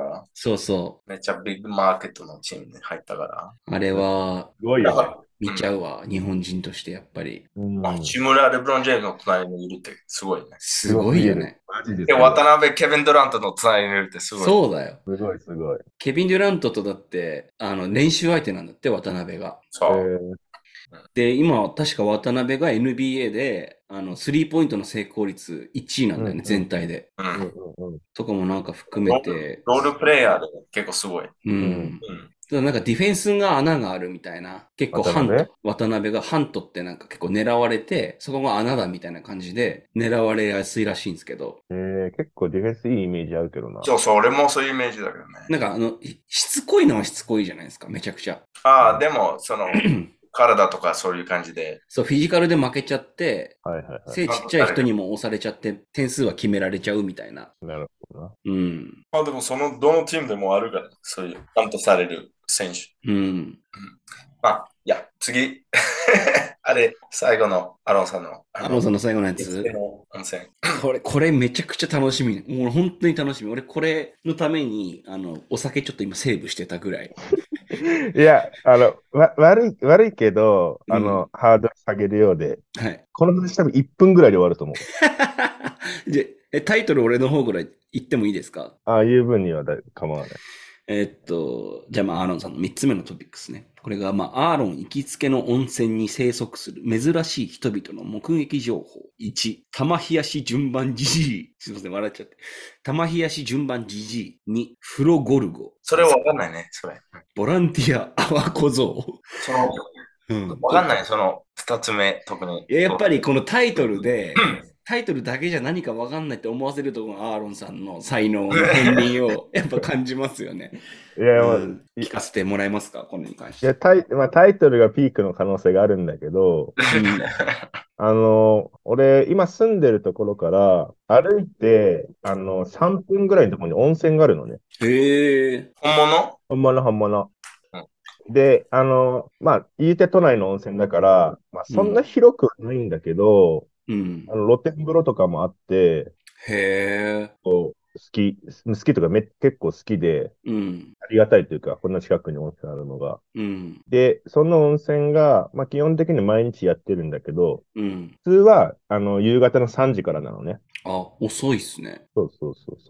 そう。 めっちゃビッグマーケットのチームに入ったから。 あれは、 すごいよね。 見ちゃうわ、日本人としてやっぱり。 内村レブロン・ジェームズの隣にいるってすごいね。 すごいよね。 マジで。 で、渡辺、ケビン・ドラントの隣にいるってすごい。 そうだよ。 すごいすごい。 ケビン・デュラントとだって、練習相手なんだって、渡辺が。 そう。 で、今、確か渡辺が NBA で、スリーポイントの成功率1位なんだよね、全体で。とかもなんか含めて。 ロールプレイヤーで結構すごい。 なんかディフェンスが穴があるみたいな。結構渡辺がハントってなんか結構狙われて、そこが穴だみたいな感じで狙われやすいらしいんですけど。 結構ディフェンスいいイメージあるけどな。 そうそう、俺もそういうイメージだけどね。 なんかしつこいのはしつこいじゃないですか、めちゃくちゃ。 でも、体とかそういう感じで。 そう、フィジカルで負けちゃって、背ちっちゃい人にも押されちゃって、点数は決められちゃうみたいな。 なるほどな。 でもどのチームでもあるから、そういう、ちゃんとされる選手。いや、次。あれ、最後のアロンさんの。 アロンさんの最後のやつ。これめちゃくちゃ楽しみ。もう本当に楽しみ。俺これのために、お酒ちょっと今セーブしてたぐらい。 いや、悪いけど、ハードル下げるようで、 はい。 この話多分1分ぐらいで終わると思う。 で、タイトル俺の方ぐらい言ってもいいですか？ 言う分には構わない。 じゃあアーロンさんの3つ目のトピックスね。これがアーロン行きつけの温泉に生息する珍しい人々の目撃情報。1、玉冷やし順番じじい。すいません、笑っちゃって。玉冷やし順番じじい。2、フロゴルゴ。 それわかんないね、それ。 ボランティアアワ小僧。 わかんない、その2つ目、特に。 やっぱりこのタイトルで、タイトルだけじゃ何か分かんないって思わせるところアーロンさんの才能の片鱗をやっぱ感じますよね。 いや、 聞かせてもらえますか、これに関して。 いや、タイトルがピークの可能性があるんだけど、俺、今住んでるところから歩いて、3分ぐらいのところに温泉があるのね。 へえ。 本物。で、言うて都内の温泉だから、そんな広くはないんだけど、露天風呂とかもあって、好きとか結構好きで、ありがたいというか、こんな近くに温泉あるのが。で、その温泉が、基本的に毎日やってるんだけど、普通は、夕方の3時からなのね。 遅いっすね。 そう。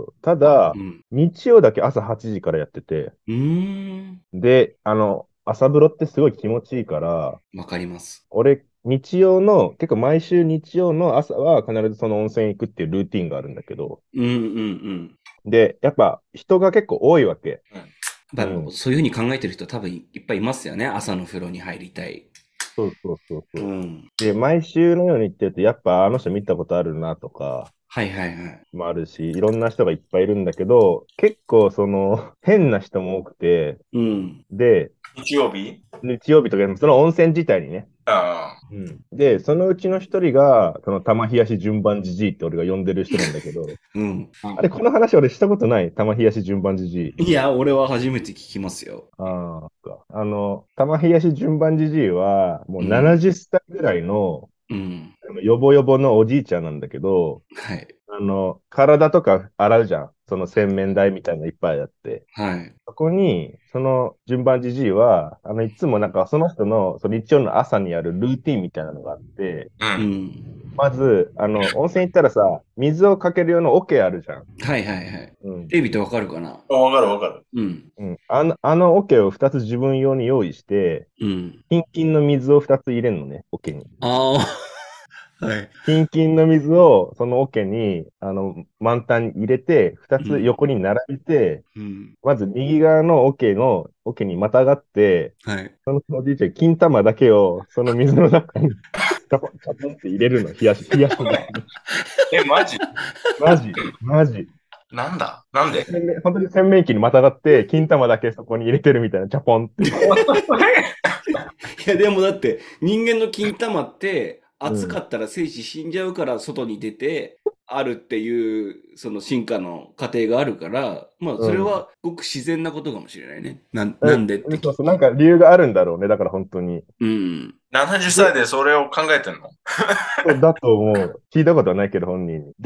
ただ、日曜だけ朝8時からやってて、で、朝風呂ってすごい気持ちいいから、 わかります。 俺、結構毎週日曜の朝は必ずその温泉行くっていうルーティンがあるんだけど、で、やっぱ人が結構多いわけ。 そういうふうに考えてる人多分いっぱいいますよね。朝の風呂に入りたい。 そう。で、毎週のように言ってると、やっぱあの人見たことあるなとか、もあるし、いろんな人がいっぱいいるんだけど、結構変な人も多くて、で、 日曜日とか、その温泉自体にね。で、そのうちの一人が、玉冷やし順番じじいって俺が呼んでる人なんだけど、あれ、この話俺したことない？玉冷やし順番じじい。 いや、俺は初めて聞きますよ。 玉冷やし順番じじいは、もう70歳ぐらいの、ヨボヨボのおじいちゃんなんだけど、体とか洗うじゃん。その洗面台みたいなのいっぱいあって。そこに、その順番じじいは、いつもなんかその人の、日曜の朝にやるルーティンみたいなのがあって、まず、温泉行ったらさ、水をかける用の桶あるじゃん。デイビッドわかるかな？ わかる。 あの桶を2つ自分用に用意して、キンキンの水を2つ入れるのね、桶に。キンキンの水をその桶に満タンに入れて、2つ横に並べて、まず右側の桶にまたがって、そのおじいちゃん、金玉だけをその水の中にチャポンって入れるの、冷やしで。マジ。 なんで本当に洗面器にまたがって、金玉だけそこに入れてるみたいな、チャポンって。いや、でもだって、人間の金玉って、暑かったら精子死んじゃうから外に出てあるっていうその進化の過程があるから、それはごく自然なことかもしれないね。なんでって。 そうなんか理由があるんだろうね。だから本当に。 70歳でそれを考えてるの？ だと思う。聞いたことはないけど本人に。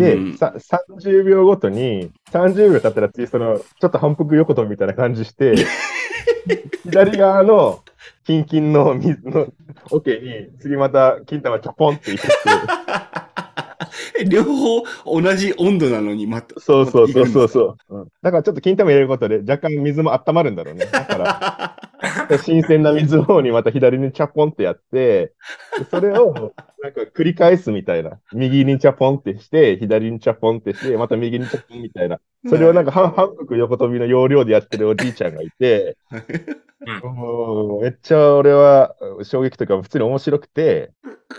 で、30秒ごとに、30秒経ったら次ちょっと反復横跳びみたいな感じして、 左側のキンキンの水の桶に次また金玉ちょポンって入れて。 両方同じ温度なのにまた。 そう。だからちょっと金玉入れることで若干水も温まるんだろうね。だから新鮮な水の方にまた左にチャポンってやって、それをなんか繰り返すみたいな。右にチャポンってして、左にチャポンってして、また右にチャポンみたいな。それをなんか反復横跳びの要領でやってるおじいちゃんがいて、めっちゃ俺は衝撃というか普通に面白くて、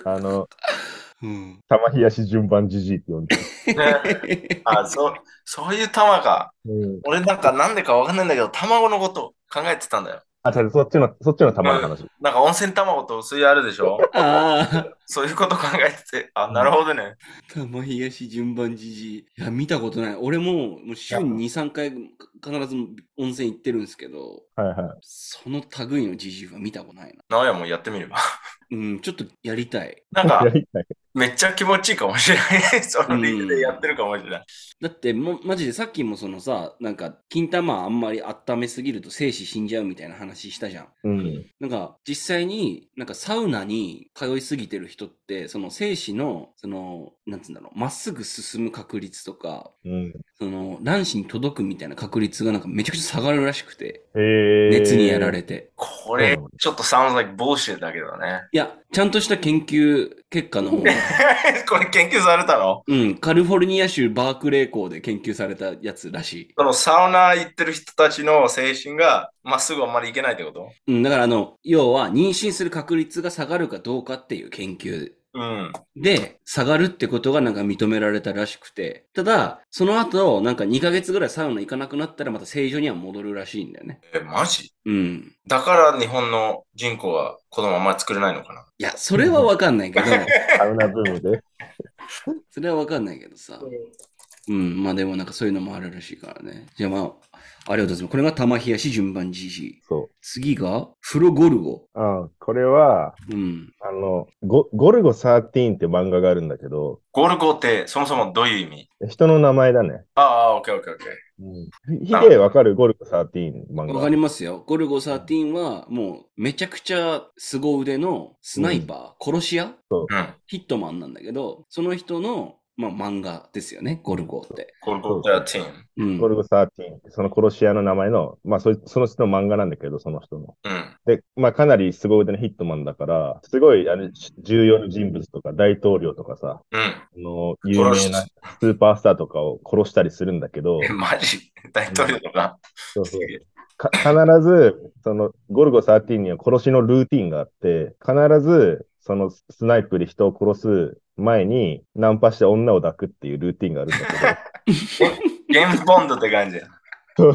玉冷やし順番じじいって呼んでる。 そういう玉か。俺なんでかわかんないんだけど、卵のこと考えてたんだよ。 そっちの玉の話。 なんか温泉卵と水あるでしょ。そういうこと考えてて、なるほどね。 玉冷やし順番じじい。いや、見たことない。俺も週に2、3回必ず温泉行ってるんですけど、その類のじじいは見たことないな。 なおやもやってみれば。 ちょっとやりたい。 なんか、めっちゃ気持ちいいかもしれない。その理由でやってるかもしれない。 だってマジでさっきもそのさ、なんか、金玉あんまり温めすぎると精子死んじゃうみたいな話したじゃん。なんか、実際になんかサウナに通いすぎてる人って、その精子の、なんつうんだろう、まっすぐ進む確率とか、その卵子に届くみたいな確率がなんかめちゃくちゃ下がるらしくて、熱にやられて。 これ、ちょっと sounds like bullshit だけどね。 いや、ちゃんとした研究結果の方が。 これ研究されたの？ カリフォルニア州バークレー校で研究されたやつらしい。 そのサウナ行ってる人たちの精神がまっすぐあんまりいけないってこと？ だから要は妊娠する確率が下がるかどうかっていう研究。で、下がるってことがなんか認められたらしくて。ただ、その後、なんか2ヶ月ぐらいサウナ行かなくなったらまた正常には戻るらしいんだよね。 マジ？だから日本の人口は子供あんまり作れないのかな？ いや、それはわかんないけど。 サウナブームで。 それはわかんないけどさ。まあでもなんかそういうのもあるらしいからね。じゃあまあ、ありがとうございます。これが玉冷やし順番じじい。次が、フロゴルゴ。 これは、ゴルゴ13って漫画があるんだけど。 ゴルゴってそもそもどういう意味？ 人の名前だね。 オッケー。 ヒデわかる？ゴルゴ13漫画。 わかりますよ。ゴルゴ13はもうめちゃくちゃ凄腕のスナイパー、殺し屋、ヒットマンなんだけど、その人の漫画ですよね、ゴルゴって。 ゴルゴ13。 ゴルゴ13。その殺し屋の名前の、その人の漫画なんだけど、その人の。で、かなり凄腕のヒットマンだから、すごい重要な人物とか大統領とかさ、有名なスーパースターとかを殺したりするんだけど。 マジ？大統領とか？ 必ず、そのゴルゴ13には殺しのルーティンがあって、必ず、そのスナイプで人を殺す前にナンパして女を抱くっていうルーティンがあるんだけど。ゲームボンドって感じ。 そう。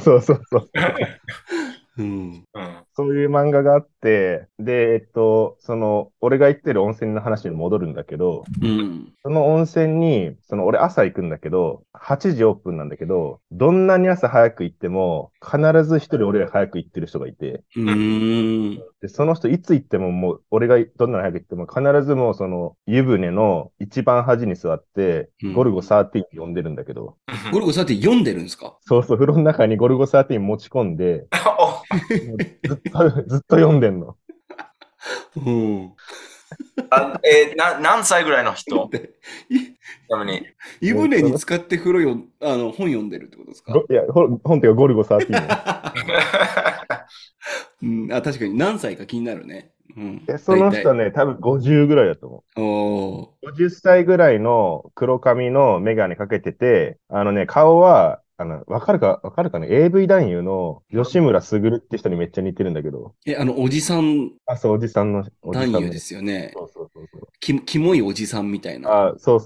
そういう漫画があって、で、俺が行ってる温泉の話に戻るんだけど、その温泉に、俺朝行くんだけど、8時オープンなんだけど、どんなに朝早く行っても、必ず一人俺より早く行ってる人がいて、でその人いつ行ってももう、俺がどんなに早く行っても、必ずもう湯船の一番端に座って、ゴルゴ13って呼んでるんだけど。 ゴルゴ13読んでるんですか？ そう、風呂の中にゴルゴ13持ち込んで、ずっと読んでんの。 何歳ぐらいの人？ 湯船に使って本読んでるってことですか？ いや、本っていうかゴルゴ13。 確かに何歳か気になるね。 その人ね、多分50ぐらいだと思う。50歳ぐらいの黒髪のメガネかけてて、顔は、わかるかね ?AV 男優の吉村卓って人にめっちゃ似てるんだけど。 おじさん。 そう、おじさんの。 男優ですよね。 そう。 キモいおじさんみたいな。 そう。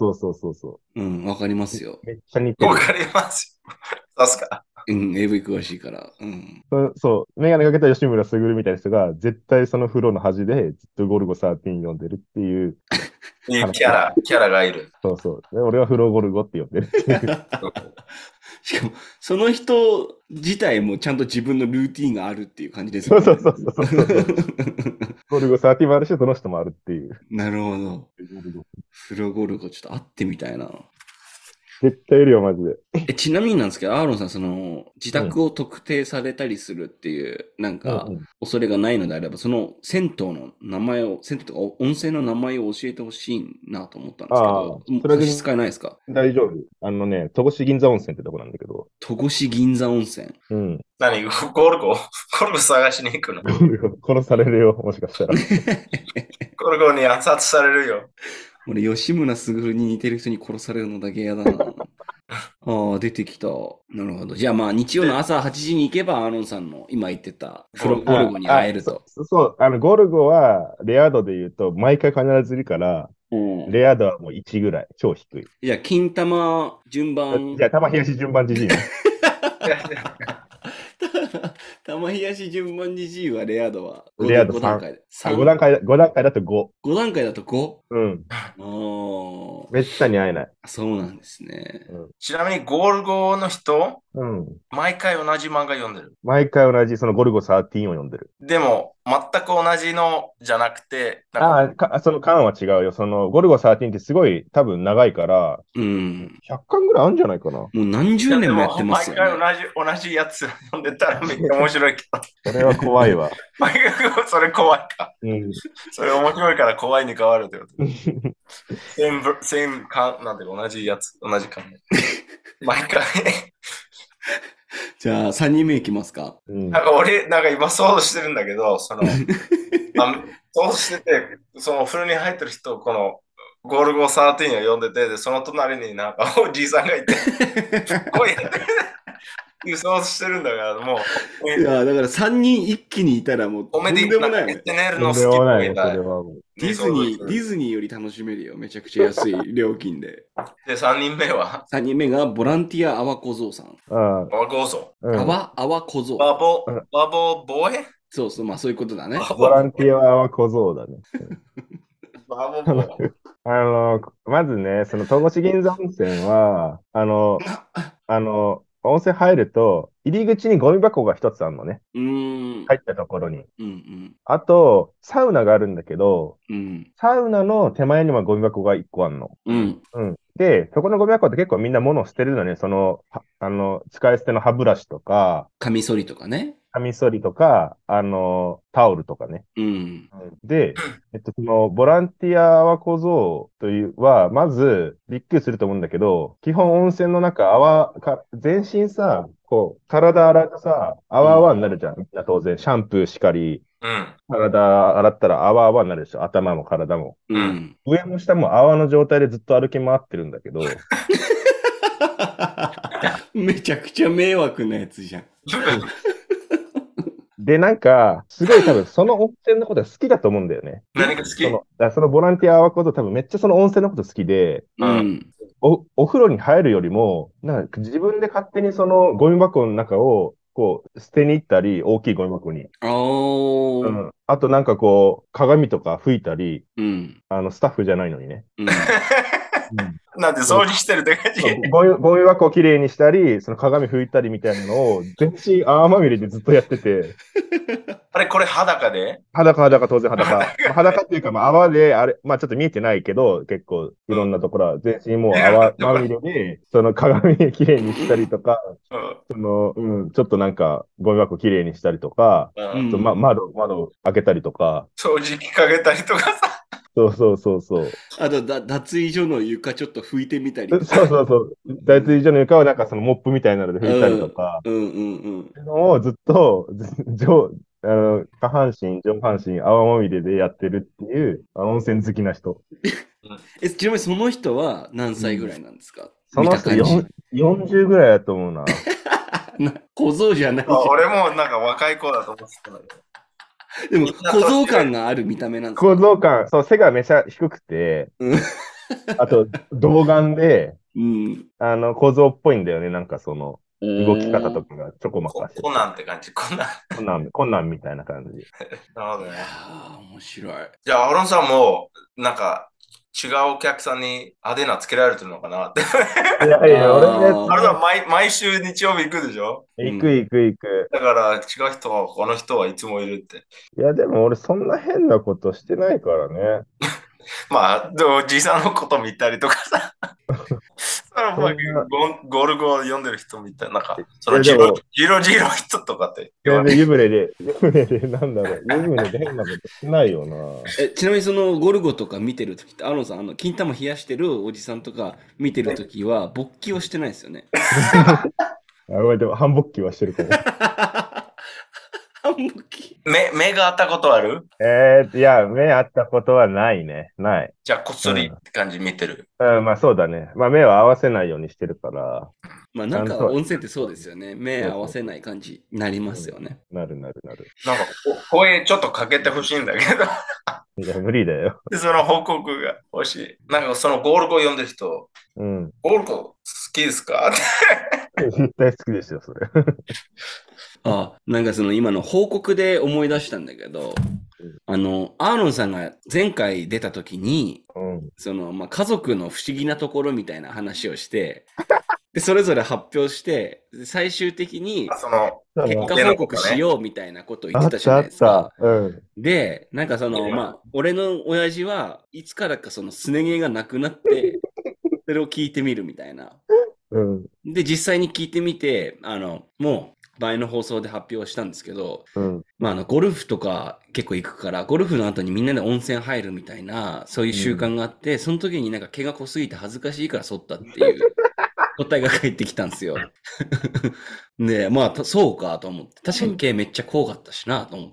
わかりますよ。 めっちゃ似てる。わかりますよ。確か。 AV 詳しいから。 そう、メガネかけた吉村卓みたいな人が、絶対その風呂の端でずっとゴルゴ13読んでるっていう。 キャラがいる。 そう。で俺は風呂ゴルゴって呼んでるっていう。 しかも、その人自体もちゃんと自分のルーティンがあるっていう感じですよね。 そう。ゴルゴ13もあるし、その人もあるっていう。 なるほど。風呂ゴルゴ、ちょっと会ってみたいな。 絶対いるよ、マジで。 ちなみになんですけど、アーロンさん、その、自宅を特定されたりするっていう、なんか、恐れがないのであれば、その、銭湯の名前を、銭湯とか温泉の名前を教えてほしいなと思ったんですけど、差し支えないですか？ 大丈夫。戸越銀座温泉ってとこなんだけど。 戸越銀座温泉。 うん。何ゴルゴ探しに行くの？ 殺されるよ、もしかしたら。 ゴルゴに暗殺されるよ。 俺、吉村卓に似てる人に殺されるのだけ嫌だな。ああ、出てきた。なるほど。じゃあまあ、日曜の朝8時に行けば、アーロンさんの今言ってたゴルゴに会えると。 そう、ゴルゴは、レア度で言うと、毎回必ずいるから、レア度はもう1ぐらい、超低い。 じゃあ、金玉順番。 じゃあ、玉冷やし順番じじいね。 玉冷やし順番に G はレア度はレア度5段階で。5段階だと5。 5段階だと 5？ うん。めったに会えない。 そうなんですね。 ちなみにゴルゴの人、毎回同じ漫画読んでる。 毎回同じ、そのゴルゴ13を読んでる。 でも、全く同じのじゃなくて、 その巻は違うよ。そのゴルゴ13ってすごい多分長いから、100巻ぐらいあるんじゃないかな。 もう何十年もやってますよね。 毎回同じやつ読んでたらめっちゃ面白いけど。 それは怖いわ。 それ怖いか。それ面白いから怖いに変わるってこと。巻なんて同じやつ、同じ巻。毎回。 じゃあ、3人目いきますか。 なんか今想像してるんだけど、想像してて、そのお風呂に入ってる人、このゴルゴ13を読んでて、その隣になんかおじいさんがいて、こうやって想像してるんだから、もう。 いや、だから3人一気にいたらもうとんでもない。 ディズニーより楽しめるよ。めちゃくちゃ安い料金で。 で、3人目は ?3 人目がボランティアアワ小僧さん。 アワ小僧。 アワ小僧。 バボボーエ？ そうそう、まあそういうことだね。 ボランティアアワ小僧だね。 バボボまずね、その戸越銀座温泉は、温泉入ると、入り口にゴミ箱が一つあるのね。入ったところに。あと、サウナがあるんだけど、サウナの手前にもゴミ箱が一個あるの。で、そこのゴミ箱って結構みんな物を捨てるのね。使い捨ての歯ブラシとか、 カミソリとかね。 カミソリとか、タオルとかね。で、その、ボランティア泡小僧は、まず、びっくりすると思うんだけど、基本温泉の中、全身さ、こう、体洗うとさ、泡泡になるじゃん。みんな当然、シャンプーしかり、体洗ったら泡泡になるでしょ。頭も体も。上も下も泡の状態でずっと歩き回ってるんだけど。 めちゃくちゃ迷惑なやつじゃん。 で、なんか、すごい多分その温泉のことが好きだと思うんだよね。 何が好き？ そのボランティアはこと多分めっちゃその温泉のこと好きで、お風呂に入るよりも、なんか自分で勝手にそのゴミ箱の中をこう捨てに行ったり、大きいゴミ箱に。あとなんかこう、鏡とか拭いたり、スタッフじゃないのにね。 なんで掃除してるって感じ？ ゴミ箱をきれいにしたり、その鏡拭いたりみたいなのを、全身泡まみれでずっとやってて。 あれ、これ裸で？ 裸、当然裸。裸っていうか、泡で、ちょっと見えてないけど、結構いろんなところは、全身もう泡まみれで、その鏡きれいにしたりとか、ちょっとなんか、ゴミ箱きれいにしたりとか、窓開けたりとか。 掃除機かけたりとかさ。 そう。 あと、脱衣所の床ちょっと拭いてみたりとか。 そう。脱衣所の床はなんかそのモップみたいなので拭いたりとか。のをずっと、下半身、上半身、泡まみれでやってるっていう、温泉好きな人。 ちなみにその人は何歳ぐらいなんですか？ その人40ぐらいだと思うな。 小僧じゃない。 俺もなんか若い子だと思ってたんだけど。 でも、小僧感がある見た目なんですか？小僧感、そう、背がめちゃ低くて、あと、童顔で、小僧っぽいんだよね、なんかその、動き方とかがちょこまかして。 コナンって感じ、コナンみたいな感じ。 なるほどね。 面白い。 じゃあ、アロンさんも、なんか、違うお客さんにアデナつけられてるのかなって。 いや、俺ね。 あれは毎週日曜日行くでしょ？ 行く。 だから、違う人は、この人はいつもいるって。 いや、でも俺そんな変なことしてないからね。 まあ、でも、じいさんのこと見たりとかさ。 ゴルゴを読んでる人みたいな、なんか、そのジロジロ人とかって。 全然湯船で、なんだろう、湯船で変なことしないよな。 ちなみにそのゴルゴとか見てるときって、アロンさん、金玉冷やしてるおじさんとか見てるときは、勃起をしてないですよね。 でも、反勃起はしてるかも。 反勃起目が合ったことある？ いや、目合ったことはないね。ない。 じゃあ、こっそりって感じ見てる。 まあそうだね。まあ目を合わせないようにしてるから。 まあなんか温泉ってそうですよね。目合わせない感じになりますよね。 なる。 なんか声ちょっとかけてほしいんだけど。 いや、無理だよ。 で、その報告が欲しい。なんかそのゴルゴ読んでる人、ゴルゴ好きですか？ 絶対好きですよ、それ。 なんかその今の報告で思い出したんだけど、アーロンさんが前回出た時に、その、家族の不思議なところみたいな話をして、で、それぞれ発表して、最終的に結果報告しようみたいなことを言ってたじゃないですか。で、なんかその、俺の親父はいつからかそのすね毛がなくなって、それを聞いてみるみたいな。で、実際に聞いてみて、もう、前の放送で発表したんですけど、ゴルフとか結構行くから、ゴルフの後にみんなで温泉入るみたいな、そういう習慣があって、その時になんか毛が濃すぎて恥ずかしいから剃ったっていう答えが返ってきたんですよ。で、そうかと思って、確かに毛めっちゃ濃かったしなと思って、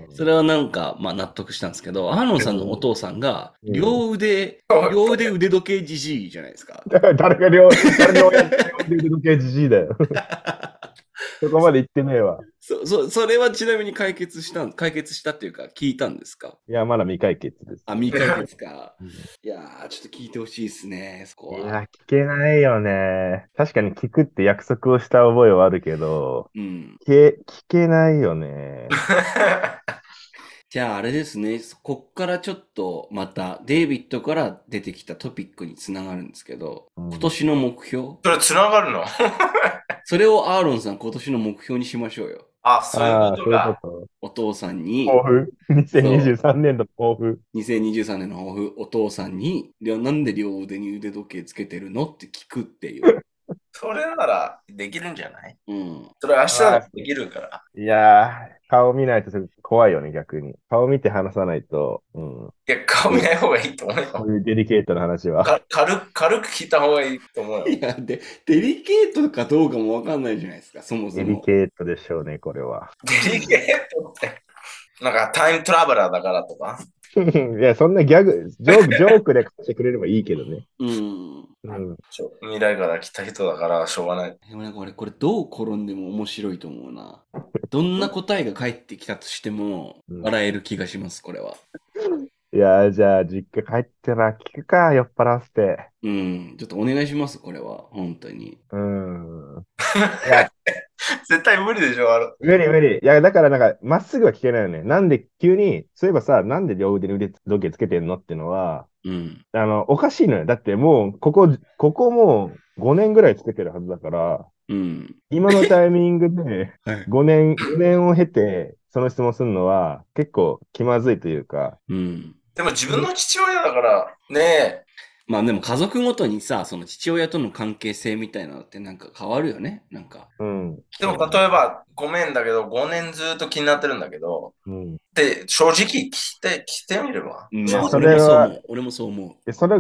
それはなんか、納得したんですけど、アーロンさんのお父さんが、両腕腕時計じじいじゃないですか。 誰の親腕時計じじいだよ。そこまで言ってねえわ。 それはちなみに解決したっていうか、聞いたんですか？ いや、まだ未解決です。 未解決か。いやー、ちょっと聞いてほしいですね、そこは。 いや、聞けないよね。確かに聞くって約束をした覚えはあるけど、聞けないよね。 じゃああれですね、こっからちょっとまたデイビッドから出てきたトピックにつながるんですけど、今年の目標？ それつながるの？ それをアーロンさん今年の目標にしましょうよ。 そういうことか。 お父さんに。 抱負 ?2023 年の抱負。 2023年の抱負、お父さんに、なんで両腕に腕時計つけてるのって聞くっていう。 それならできるんじゃない？それ明日はできるから。 いやー、顔見ないと怖いよね、逆に。顔見て話さないと。 いや、顔見ない方がいいと思うよ。 こういうデリケートな話は。 軽く聞いた方がいいと思うよ。 いや、デリケートかどうかもわかんないじゃないですか、そもそも。 デリケートでしょうね、これは。 デリケートって。なんかタイムトラベラーだからとか。 いや、そんなジョークで貸してくれればいいけどね。 未来から来た人だからしょうがない。 でもなんか俺これどう転んでも面白いと思うな。どんな答えが返ってきたとしても笑える気がします、これは。 いや、じゃあ実家帰ったら聞くか、酔っ払わせて。 ちょっとお願いします、これは。本当に。 いや絶対無理でしょ、 無理。いや、だからなんか、まっすぐは聞けないよね。なんで急に、そういえばさ、なんで両腕に腕時計つけてんのってのは、おかしいのよ。だってもう、ここもう5年ぐらいつけてるはずだから、今のタイミングで5年を経て、その質問するのは結構気まずいというか。 でも自分の父親だからね。 でも家族ごとにさ、その父親との関係性みたいなのってなんか変わるよね、なんか。 でも例えば、ごめんだけど、5年ずっと気になってるんだけど、で、正直聞いてみれば。 俺もそう思う。 それ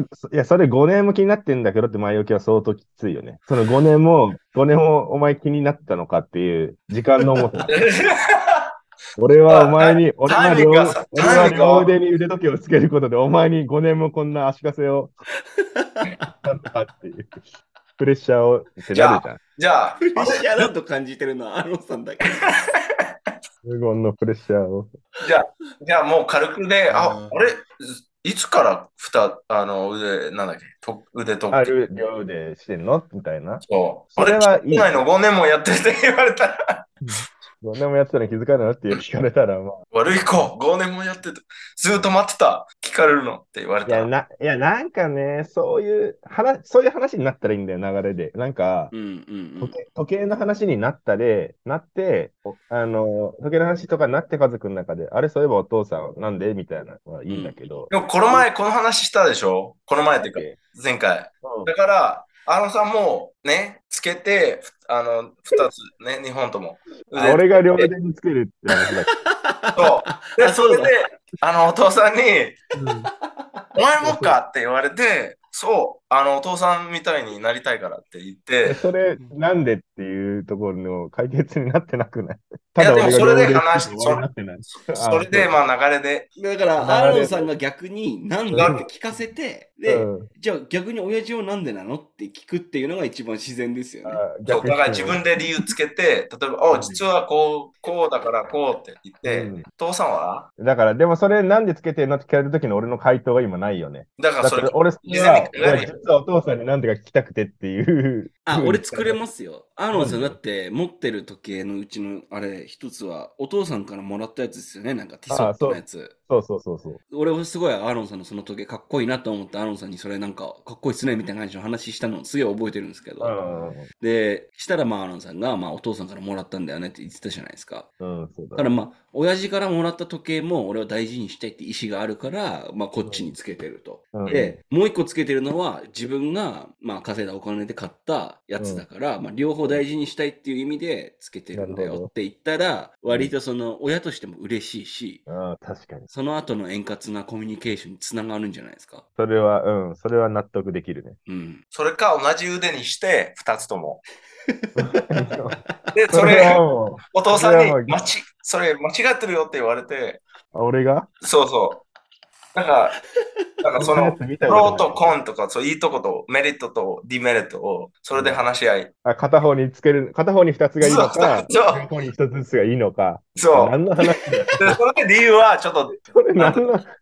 5年も気になってんだけどって前置きは相当きついよね。その5年もお前気になったのかっていう時間の重さ。俺は両腕に腕時計をつけることで、お前に5年もこんな足かせをっていうプレッシャーをってなるじゃん。 じゃあ、 プレッシャーだと感じてるのはアロンさんだけ。 無言のプレッシャーを。 じゃあもう軽くで、あれいつから腕時計。 両腕してんのみたいな。 そう。それはいい。5年もやってるって言われたら。 5年もやってたのに気づかないのって聞かれたら、 悪い子、5年もやってた。ずっと待ってた。聞かれるのって言われたら。 いや、なんかね、そういう話になったらいいんだよ、流れで。なんか、時計の話になって、時計の話とかになって家族の中で、あれ、そういえばお父さんなんでみたいなのはいいんだけど。 でも、この前この話したでしょ？この前っていうか、前回。だから、 さんもね、つけて、2つね、2本とも。 俺が両腕につけるって話だ。 そう。で、それで、お父さんに、お前もかって言われて、そう、お父さんみたいになりたいからって言って。 それ、なんでっていうところの解決になってなくない？ ただ俺が両腕につけて終わりになってない。 それで、まあ流れで。 だから、アーロンさんが逆になんでって聞かせて、で、じゃあ逆に親父はなんでなのって聞くっていうのが一番自然ですよね。 そう、だから自分で理由つけて、例えば、実はこうだからこうって言って、父さんはだから、でもそれなんでつけてんのって聞かれた時の俺の回答が今ないよね。 だからそれ、 俺は、実はお父さんになんでか聞きたくてっていう。 俺作れますよ。アーロンさんだって持ってる時計のうちのあれ一つはお父さんからもらったやつですよね。なんかティソットのやつ。 そう。 俺はすごいアーロンさんのその時計かっこいいなと思ってアーロンさんにそれなんかかっこいいっすねみたいな感じの話したのをすげえ覚えてるんですけど。で、したらまあアーロンさんがお父さんからもらったんだよねって言ってたじゃないですか。だから親父からもらった時計も俺は大事にしたいって意思があるから、こっちにつけてると。で、もう一個つけてるのは自分が稼いだお金で買ったやつだから、両方大事にしたいっていう意味でつけてるんだよって言ったら、割とその親としても嬉しいし、 確かに。 その後の円滑なコミュニケーションにつながるんじゃないですか。 それは納得できるね。 それか同じ腕にして、2つとも。で、それ、お父さんに、それ間違ってるよって言われて。 俺がそうそう。なんかその、プロとコンとか、そういいとことメリットとデメリットを、それで話し合い。 片方に2つがいいのか、両方に1つずつがいいのか。 そう。 何の話だよ。 それで理由はちょっと、 何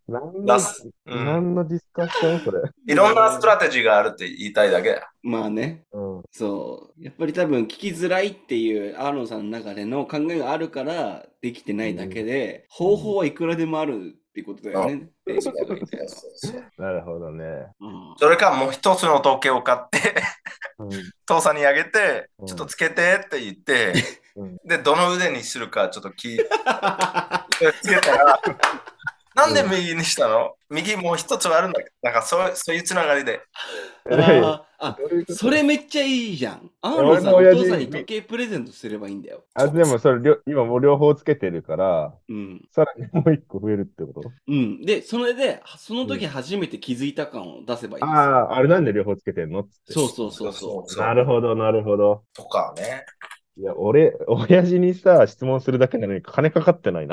のディスカッションそれ。 いろんなストラテジーがあるって言いたいだけ。 まあね。そう。やっぱり多分聞きづらいっていうアーロンさんの中での考えがあるからできてないだけで、方法はいくらでもあるっていうことだよね。 なるほどね。 それかもう一つの時計を買って父さんにあげて、ちょっとつけてって言って、で、どの腕にするかちょっと聞いて、つけたら、なんで右にしたの？右もう一つあるんだけど、なんかそういうつながりで。 それめっちゃいいじゃん。アーロンさん、お父さんに時計プレゼントすればいいんだよ。 でもそれ、今もう両方つけてるから、さらにもう一個増えるってこと？ で、それで、その時初めて気づいた感を出せばいいんですよ。 あれなんで両方つけてんのって。 そう。 なるほど。 とかね。 いや、親父にさ、質問するだけなのに金かかってないな。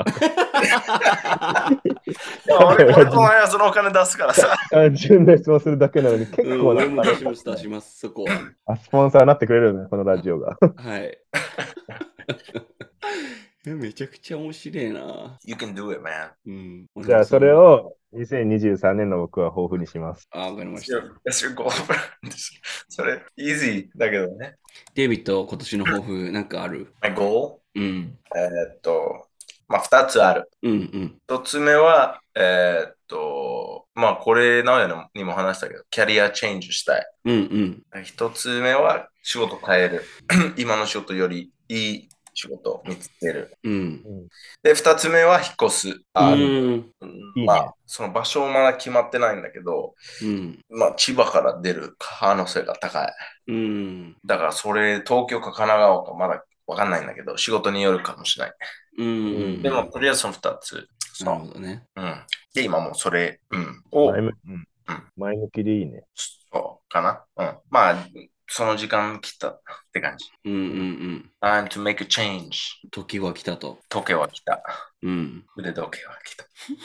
俺と前はそのお金出すからさ。 単純な質問するだけなのに結構俺も出します、そこは。 スポンサーになってくれるよね、このラジオが。 はい。めちゃくちゃ面白いな。 You can do it, man. じゃあ、それを2023年の僕は抱負にします。 わかりました。 That's your goal. それ、イージーだけどね。 デイビッド、今年の抱負なんかある？ My goal? 2つある。1つ目は、これ何やにも話したけど、キャリアチェンジしたい。1つ目は仕事変える。今の仕事よりいい仕事を見つける。で、2つ目は引っ越す。その場所もまだ決まってないんだけど、千葉から出る可能性が高い。だからそれ、東京か神奈川かまだわかんないんだけど、仕事によるかもしれない。でも、とりあえずその2つ。 なるほどね。 で、今もそれ、 前向きでいいね。 そうかな。その時間来たって感じ。Time to make a change. 時は来たと。 時計は来た。腕時計は来た。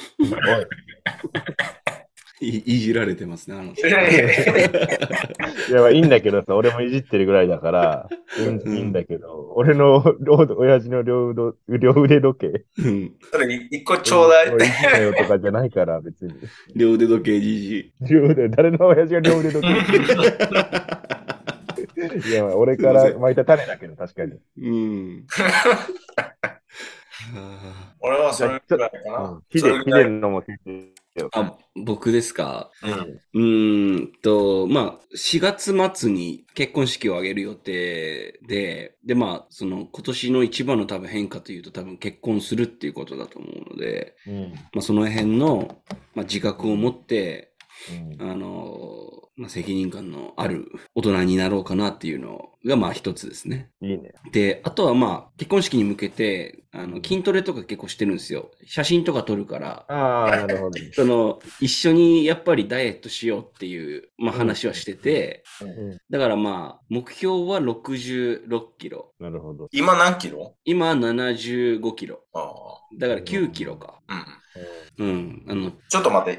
いじられてますね、 いや、いいんだけどさ、俺もいじってるぐらいだから、いいんだけど、俺の親父の両腕時計。 それ一個ちょうだいって。 よとかじゃないから、別に。 両腕時計じじ。 誰の親父が両腕時計いや、俺から巻いた種だけど、確かに。 俺はそれくらいかな。 ヒデのも聞いてよ。 僕ですか。4月末に結婚式を挙げる予定で、その今年の一番の多分変化というと多分結婚するっていうことだと思うので、その辺の、自覚を持って責任感のある大人になろうかなっていうのが、まあ一つですね。 いいね。 で、あとはまあ、結婚式に向けて、筋トレとか結構してるんですよ。写真とか撮るから。 ああ、なるほど。 一緒にやっぱりダイエットしようっていう、まあ話はしてて、だからまあ、目標は66キロ。 なるほど。 今何キロ？ 今75キロ。だから9キロか。 ちょっと待って、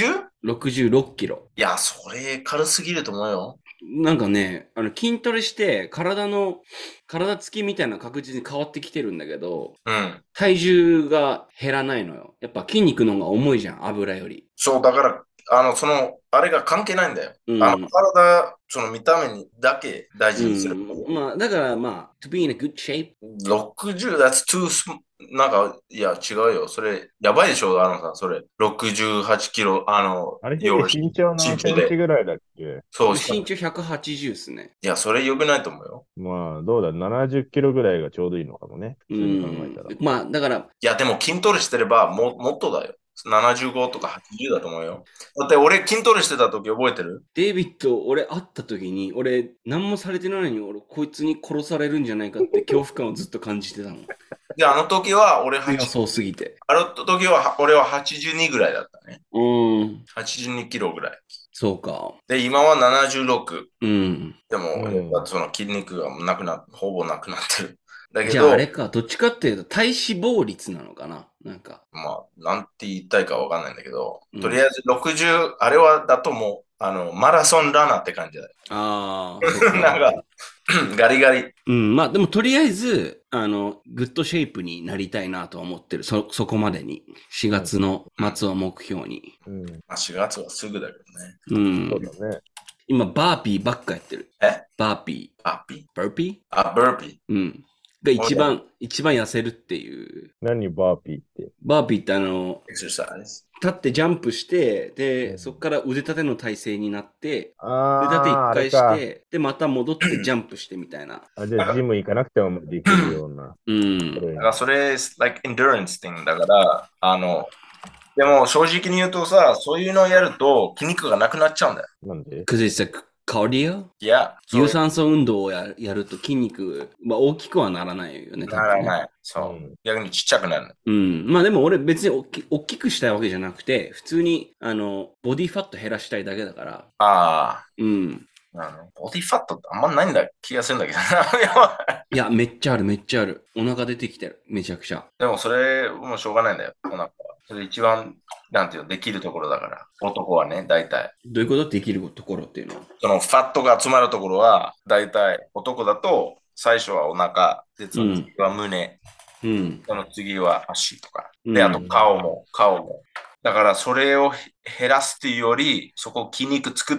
66キロ。 いや、それ軽すぎると思うよ。 なんかね、筋トレして体つきみたいな確実に変わってきてるんだけど、体重が減らないのよ。やっぱ筋肉の方が重いじゃん、油より。 そう、だから、あれが関係ないんだよ。体、見た目にだけ大事にする。 まあ、だからまあ、to be in a good shape。 60、that's too small. なんか、いや、違うよ。それ、やばいでしょ、さん、それ。68キロ、 あれ、身長何センチぐらいだっけ？ そう、身長180っすね。 いや、それ良くないと思うよ。 まあ、どうだ、70キロぐらいがちょうどいいのかもね。普通に考えたら。 まあ、だから。いや、でも筋トレしてれば、もっとだよ。75とか80だと思うよ。だって俺筋トレしてた時覚えてる？ デイビッド、俺会った時に、俺何もされてないのに、俺こいつに殺されるんじゃないかって恐怖感をずっと感じてたの。 で、あの時は俺そうすぎて。 あの時は俺は82ぐらいだったね。82キロぐらい。 そうか。 で、今は76。でも、 その筋肉がほぼなくなってる。だけど、 じゃああれか、どっちかっていうと体脂肪率なのかな、なんか。 まあ、なんて言いたいかわかんないんだけど、とりあえず60、あれはだともう、マラソンランナーって感じだよ。 ああ、なんか、ガリガリ。 まあでもとりあえず、グッドシェイプになりたいなとは思ってる。そこまでに。4月の末を目標に。 まあ4月はすぐだけどね。そうだね。 今、バーピーばっかやってる。バーピー。 バーピー？ バーピー？あ、バーピー。が一番痩せるっていう。 何バーピーって？ バーピーってエクササイズ。 立ってジャンプして、で、そこから腕立ての体勢になって、腕立て一回して、で、また戻ってジャンプしてみたいな。 じゃあ、ジム行かなくてもできるような。 だからそれ、like endurance thing だから、でも正直に言うとさ、そういうのをやると筋肉がなくなっちゃうんだよ。 なんで？ Because it's a cardio? いや、 有酸素運動をやると筋肉、まあ大きくはならないよね。 ならない。そう。逆にちっちゃくなる。 まあでも俺別に大きくしたいわけじゃなくて、普通に、ボディファット減らしたいだけだから。 ああ。ボディファットってあんまないんだ気がするんだけどな。 いや、めっちゃある、めっちゃある。お腹出てきてる。めちゃくちゃ。 でもそれ、もうしょうがないんだよ。お腹は。それ一番、なんていうの、できるところだから。男はね、大体。 どういうことできるところっていうのは？ そのファットが集まるところは、大体、男だと、最初はお腹、で、その次は胸、その次は足とか。で、あと顔も。だからそれを減らすっていうより、そこ筋肉作って、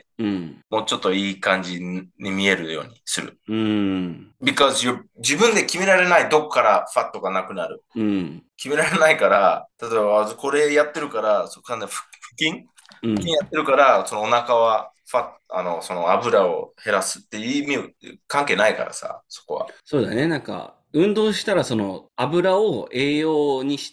もうちょっといい感じに見えるようにする。because 自分で決められないどこからファットがなくなる。決められないから、例えばこれやってるから、腹筋やってるから、そのお腹はその油を減らすっていう意味関係ないからさ、そこは。 そうだね、なんか、運動したらその油を栄養にして、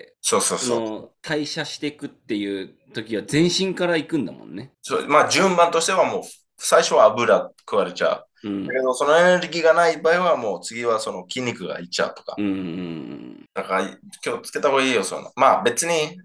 代謝していくっていう時は全身から行くんだもんね。 まあ順番としてはもう最初は油食われちゃう。だけどそのエネルギーがない場合はもう次はその筋肉がいっちゃうとか。だから今日つけた方がいいよ、その。まあ別に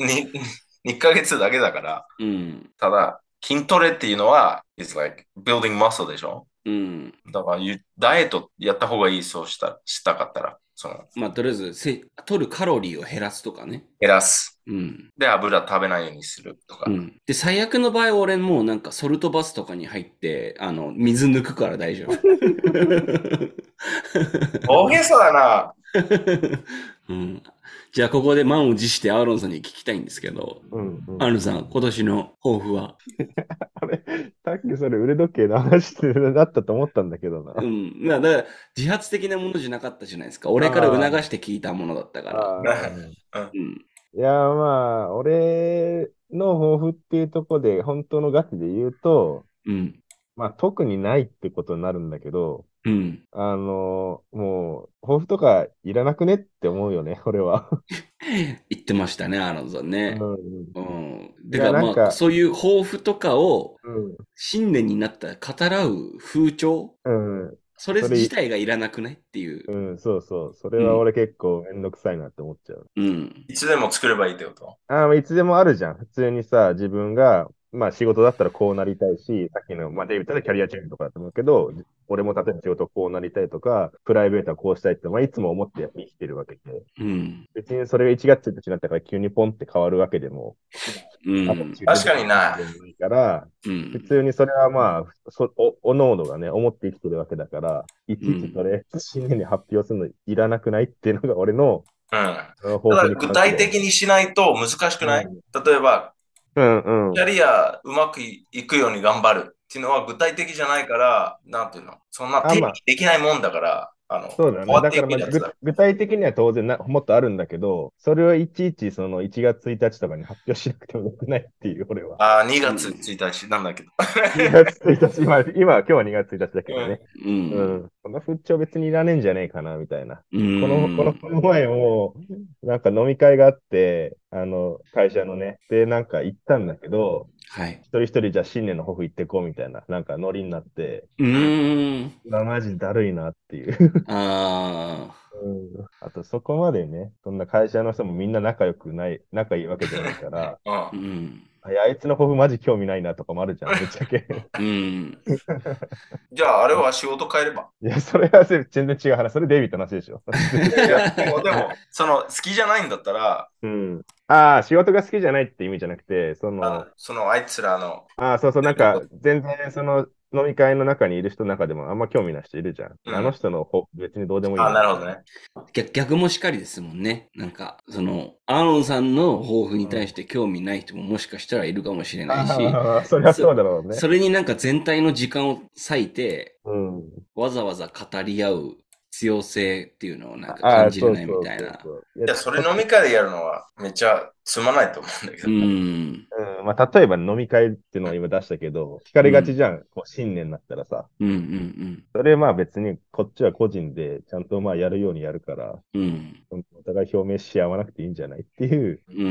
2ヶ月だけだから。ただ筋トレっていうのは is like building muscle でしょ。だからダイエットやった方がいい、そうしたかったら。 まあとりあえず取るカロリーを減らすとかね。 減らす。で、油食べないようにするとか。 で、最悪の場合、俺もうなんかソルトバスとかに入って、水抜くから大丈夫。 大げさだな。 じゃあ、ここで満を持してアーロンさんに聞きたいんですけど、アーロンさん、今年の抱負は？ あれ、さっきそれ腕時計の話だったと思ったんだけどな。 だから自発的なものじゃなかったじゃないですか。俺から促して聞いたものだったから。 いや、まあ、俺の抱負っていうところで、本当のガチで言うと、まあ、特にないってことになるんだけど、 うん。 もう、抱負とかいらなくねって思うよね、俺は。 言ってましたね、アーノンさんね。 うん。 うん。 いや、 てか、まあ、そういう抱負とかをうん。 新年になったら語らう風潮、 うん。 それそれ、 自体がいらなくないっていう。 うん、そうそう。それうん。 は俺結構めんどくさいなって思っちゃう。 うん。 いつでも作ればいいってこと？ いつでもあるじゃん。普通にさ、自分が、まあ仕事だったらこうなりたいし、さっきの、まあデイビッドでキャリアチェンジとかだと思うけど、俺も例えば仕事こうなりたいとか、プライベートはこうしたいって、まあいつも思って生きてるわけで。 うん。 別にそれが1月1日になったから急にポンって変わるわけでも、 うん。 確かにな。 ないから、普うん。 通にそれはまあ、おのおのがね、思って生きてるわけだから、いちいちそうん。 れ、新年に発表するのいらなくないっていうのが俺のうん。た抱負にだ具体関する。 的にしないと難しくない？ うん。 例えば、 うんうん。 キャリアうまくいくように頑張るっていうのは具体的じゃないから、なんていうの、そんな定義まあ、 できないもんだから、 そうだね。 変わっていだからまあ、 くやつだ。 具体的には当然もっとあるんだけど、それをいちいちその1月1日とかに発表しなくてもよくないっていう、俺は。 ああ、2月うん。 1日なんだけど。 2月1日、今日は2月1日だけうん。 どね。 うん。 この風潮別にいらねえんじゃねえかな、みたいな。 うん。 この前も、なんか飲み会があって、会社のね、で、なんか行ったんだけど、 はい。 一人一人じゃあ新年の抱負言ってこうみたいな、なんかノリになって、 うーん。 マジだるいなっていう。 ああ。 あと、そこまでね、そんな会社の人もみんな仲いいわけじゃないから、 うん。 うん。 あいつの抱負マジ興味ないなとかもあるじゃん、ぶっちゃけ。 うん。 じゃあ、あれは仕事変えれば。 いや、それは全然違う話。それデイビッドの話でしょ。全然違う。 でも、好きじゃないんだったら、 うん。ああ、仕事が好きじゃないって意味じゃなくて、 あいつらの、 そうそう、なんか、全然飲み会の中にいる人の中でもあんま興味ない人いるじゃん。あのうん。 人の別にどうでもいいあ、 な、みたいな。 なるほどね。 逆もしかりですもんね。なんか、アーロンさんの抱負にうん。 対して興味ない人ももしかしたらいるかもしれないし、 そりゃそ、 そうだろうね。 それになんか全体の時間を割いて、 うん。 わざわざ語り合う必要性っていうのをなんか感じれないみそうそうたいな。 そうそう。いや、 いや、それ飲み会でやるのはめっちゃつまないと思うんだけうど。 ん。 まあ、例えば飲み会っていうのを今出したけど、聞かれがちうん。 じゃん。こう新年になったらさ。 うんうんそれまあ別にこっちは個人でちゃんとまあやるようにやるから、 うん。うん。 お互い表明し合わなくていいんじゃないっていう、 うん。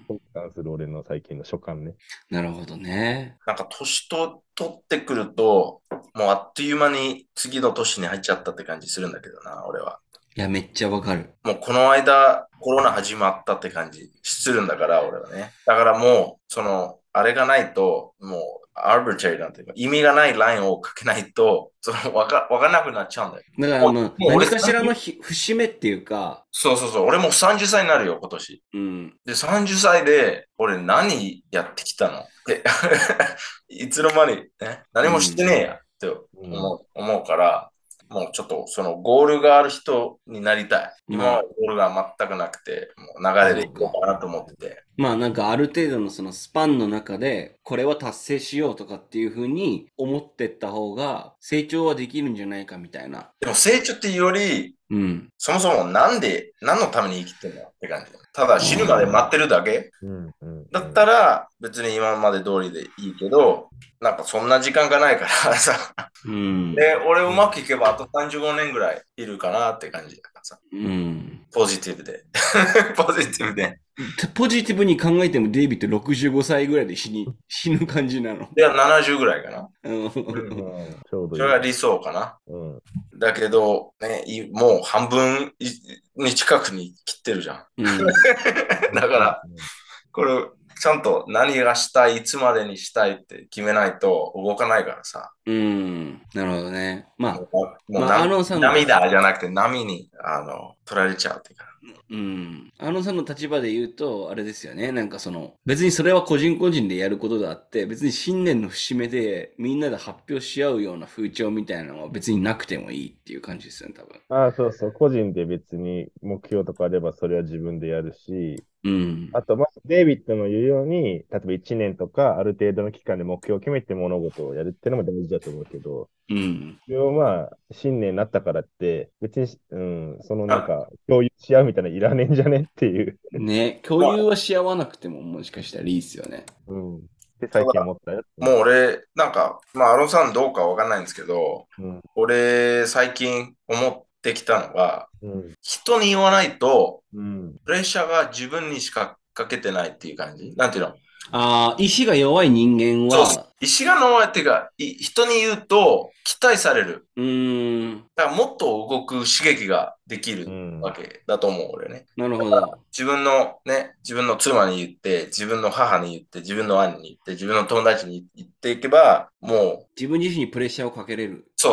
に関する俺の最近の所感ね。 なるほどね。 なんか年と取ってくると、もうあっという間に次の年に入っちゃったって感じするんだけどな、俺は。 いや、めっちゃわかる。 もうこの間コロナ始まったって感じするんだから、俺はね。だからもう、あれがないと、もう、アービトリーなんていうか、意味がないラインをかけないと、わかんなくなっちゃうんだよ。 だからまあ、 もう俺何かしらの 30、 節目っていうか、 そうそうそう、俺もう30歳になるよ、今年。 うん。 で、30歳で、俺何やってきたのって、いつの間に、ね、何もしてうん。 ねえやってうん。 思うから、もうちょっとそのゴールがある人になりたい。今はまあ、 ゴールが全くなくて、もう流れでいそうか。 こうかなと思ってて。 まあなんかある程度のそのスパンの中で、これは達成しようとかっていうふうに思ってった方が成長はできるんじゃないかみたいな。 でも成長っていうより、 うん。 そもそも何のために生きてんのって感じ。ただ死ぬまで待ってああ。 るだけうんうんだったうん。 ら別に今まで通りでいいけど、なんかそんな時間がないからさ。 うん。 で、俺ううん。 まくいけばあと35年ぐらいいるかなって感じだからさ。 うん。 ポジティブで。ポジティブで。 ポジティブに考えてもデイビッド65歳ぐらいで死ぬ感じなの。 では70ぐらいかな。 うん。 ちょうどいいね。 それが理想かな。 うん。 だけど、ね、もう半分に近くに切ってるじゃん。 うん。 だから、これ、ちゃんと何がしたい、いつまでにしたいって決めないと動かないからさ。 うん。なるほどね。まあ、 もうアーノンさんの涙じゃなくて波に、取られちゃうっていうか。 うん。アーノンさんの立場で言うと、あれですよね。なんか別にそれは個人個人でやることであって、別に新年の節目でみんなで発表し合うような風潮みたいなのは別になくてもいいっていう感じですよね、多分。 そうそう。個人で別に目標とかあればそれは自分でやるし、 うん。 あと、まあ、デイビッドの言うように、例えば1年とかある程度の期間で目標を決めて物事をやるっていうのも大事だと思うけど、 うん。 それをまあ、新年になったからって、別に、そのなんあか、共有し合うみたいなのいらねえんじゃねっていう。 ね、共有はし合わなくてももしかしたらいいですよね。 うん。 って最近思ったよ。 もう俺、なんか、まあ、アロンさんどうかわかんないんですけど、俺、最近思ってきたのが、人に言わないと、プレッシャーが自分にしかかけてないっていう感じ。なんていうの？ 意志が弱い人間は、 意志が弱いっていうか、人に言うと期待される。だからもっと動く刺激ができるわけだと思う、俺ね。 なるほど。 自分の妻に言って、自分の母に言って、自分の兄に言って、自分の友達に言っていけば、もう。 自分自身にプレッシャーをかけれる。 そう。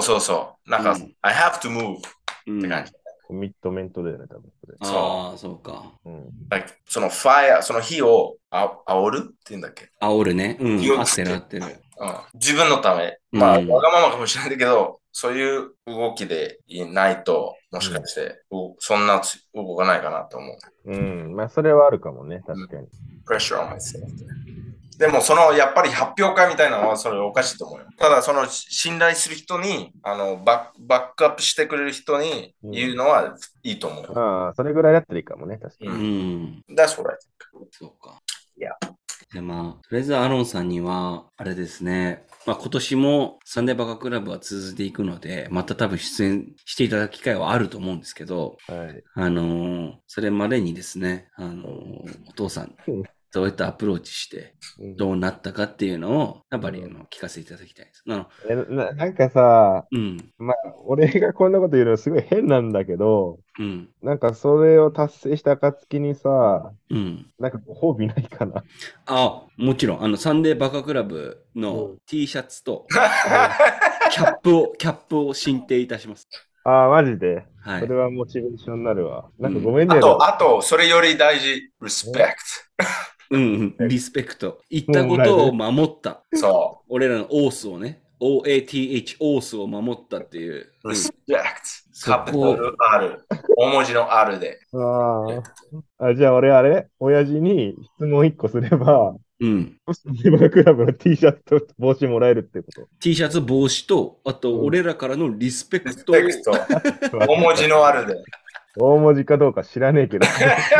なんか、I have to move って感じ。 コミットメントだよね、多分。 そうか。 そのファイア、その火を煽るって言うんだっけ？ 煽るね。合ってる。 自分のため。まあ、わがままかもしれないけど、そういう動きでいないと、もしかして、そんな動かないかなと思う。まあ、それはあるかもね、確かに。 プレッシャーを持ってでも、やっぱり発表会みたいなのは、それおかしいと思うよ。ただ、信頼する人に、バックアップしてくれる人に言うのはいいと思う。 それぐらいだったらいいかもね、確かに。 That's what I think. そうか。 Yeah. で、まあ、とりあえずアロンさんには、あれですね。まあ、今年もサンデーバカクラブは続いていくので、また多分出演していただく機会はあると思うんですけど、それまでにですね、お父さん、どういったアプローチして、どうなったかっていうのを、やっぱり聞かせていただきたいです。 なんかさ、まあ、俺がこんなこと言うのはすごい変なんだけど、なんかそれを達成した暁にさ、なんかご褒美ないかな。 もちろん、サンデーバカクラブの T シャツと、キャップを進呈いたします。 マジで。はい。それはモチベーションになるわ。なんかごめんね。 あと、それより大事、respect。 リスペクト。言ったことを守った。 そう。 俺らのオースをね、OATH、オースを守ったっていう。 respect。カピタル R。大文字の R で。 じゃあ俺親父に質問1個すれば、サンデークラブの T シャツと帽子もらえるってこと？ T シャツ、帽子と、あと俺らからのリスペクト。 大文字の R で。 大文字かどうか知らねえけど。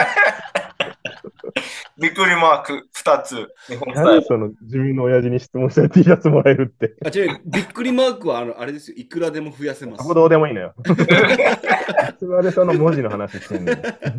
びっくりマーク2つ。 何その自分の親父に質問したら T シャツもらえるって。 違う、びっくりマークはあれですよ。いくらでも増やせます。 どうでもいいのよ。いつまでその文字の話してんのよ。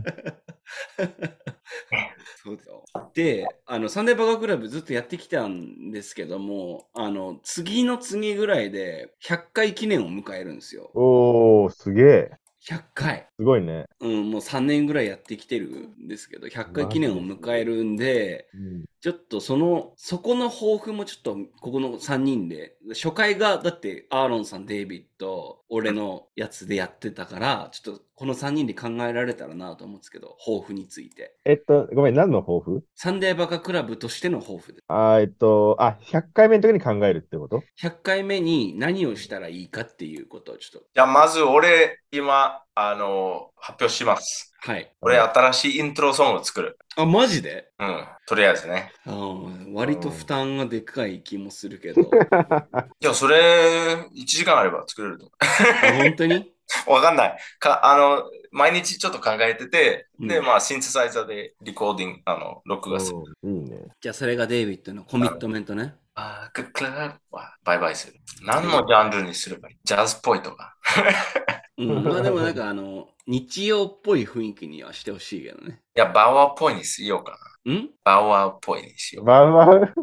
そうですよ。で、サンデーバカクラブずっとやってきたんですけども、次の次ぐらいで100回記念を迎えるんですよ。 おー、すげえ。 100回。 すごいね。 もう3年ぐらいやってきてるんですけど、100回記念を迎えるんで、ちょっとそこの抱負もちょっと、ここの3人で、初回が、だってアーロンさん、デイビッド、俺のやつでやってたから、ちょっとこの3人で考えられたらなと思うんですけど、抱負について。 ごめん、何の抱負？ サンデーバカクラブとしての抱負です。 100回目の時に考えるってこと？ 100 回目に何をしたらいいかっていうことをちょっと。 じゃあ、まず俺、今、発表します。 はい。 俺、新しいイントロソングを作る。 マジで？ とりあえずね。 割と負担がでかい気もするけど。 いや、それ、1時間あれば作れると。 本当に？ わかんない。毎日ちょっと考えてて、で、まあ、シンセサイザーでリコーディング、録画する。 いいね。 じゃあ、それがデイビッドのコミットメントね。 クラブはバイバイする。何のジャンルにすればいい？ジャズっぽいとか。 まあでもなんか日曜っぽい雰囲気にはしてほしいけどね。 いや、バウアーっぽいにしようかな。バウアーっぽいにしよう。 バウアー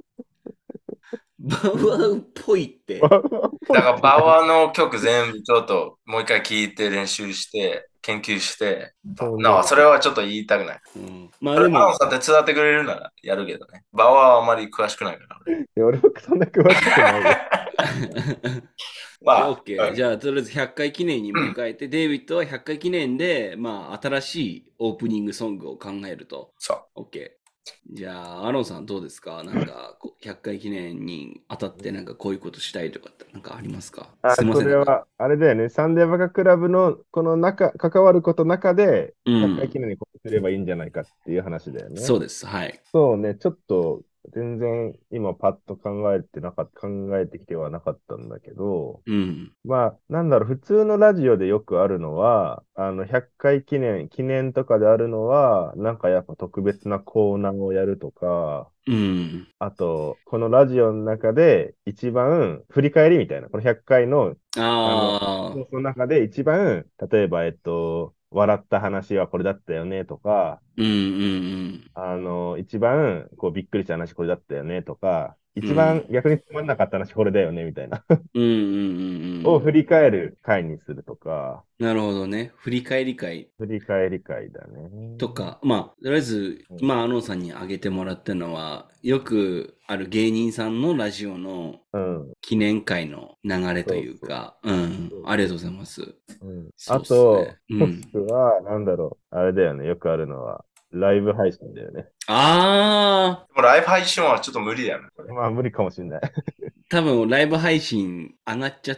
っぽいって。 だからバウアーの曲全部ちょっともう一回聴いて練習して、研究して、それはちょっと言いたくない。まあでも。アロンさん手伝ってくれるならやるけどね。バウアーはあまり詳しくないから。 俺もそんな詳しくないよ。 OK。じゃあ、とりあえず100回記念に迎えて、デイビッドは100回記念で、まあ、新しいオープニングソングを考えると。 そう。 OK。じゃあ、アロンさんどうですか？なんか、100回記念に当たってなんかこういうことしたいとかってなんかありますか？ すみません。これは、あれだよね。サンデーバカクラブのこの関わることの中で、100回記念にこうすればいいんじゃないかっていう話だよね。 そうです。はい。 そうね。ちょっと全然今パッと考えてきてはなかったんだけど、 うん。 まあ、なんだろう、普通のラジオでよくあるのは、100回記念とかであるのは、なんかやっぱ特別なコーナーをやるとか、 うん。 あと、このラジオの中で一番振り返りみたいな、この100回の、 ああ。 放送の中で一番、例えば、笑った話はこれだったよねとか、 うんうん一番こうびっくりした話これだったよねとか、 うん。 一番逆につまんなかった話これだよねみたいなうんうんうんうん。 を振り返る回にするとか、 なるほどね。振り返り会振り返り会だね。 とか、まあ、とりあえず、 うん。 今、アノンさんに挙げてもらったのは、よくある芸人さんのラジオのうん。 記念会の流れとそうそう。 いうか、うん。 そうありがとうございます。 うん。あそうっすと、 ね。うもしん。 くは、なんだろう。あれだよね。よくあるのは、ライブ配信だよね。 ああ、 でもライブ配信はちょっと無理だよね、これ。 まあ、無理かもしれない。 多分ライブ配信上がっちゃって、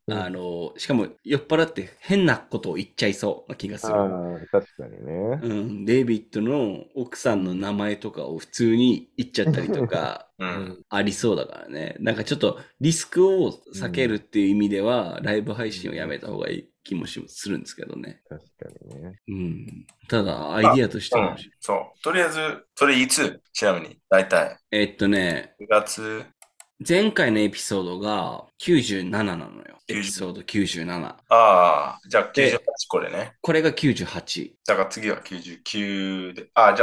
うん。 しかも酔っ払って変なことを言っちゃいそうな気がする。 ああ、確かにね。 うん、デイビッドの奥さんの名前とかを普通に言っちゃったりとか、 ううん。 ん。 ありそうだからね。なんかちょっとリスクを避けるうん。 っていう意味では、ライブ配信をやうん。 めた方がいい気もするんですけどね。 確かにね。 うん。ただ、アイあ、 ディアとしては面白い。 そう。とりあえず、それいつちなみに、大体。 ね、 9月前回のエピソードが97なのよ。エピソー 90。 ド97。 ああ、じゃあで、 98これね。 これが98。 だから次は99で。ああ、じゃあ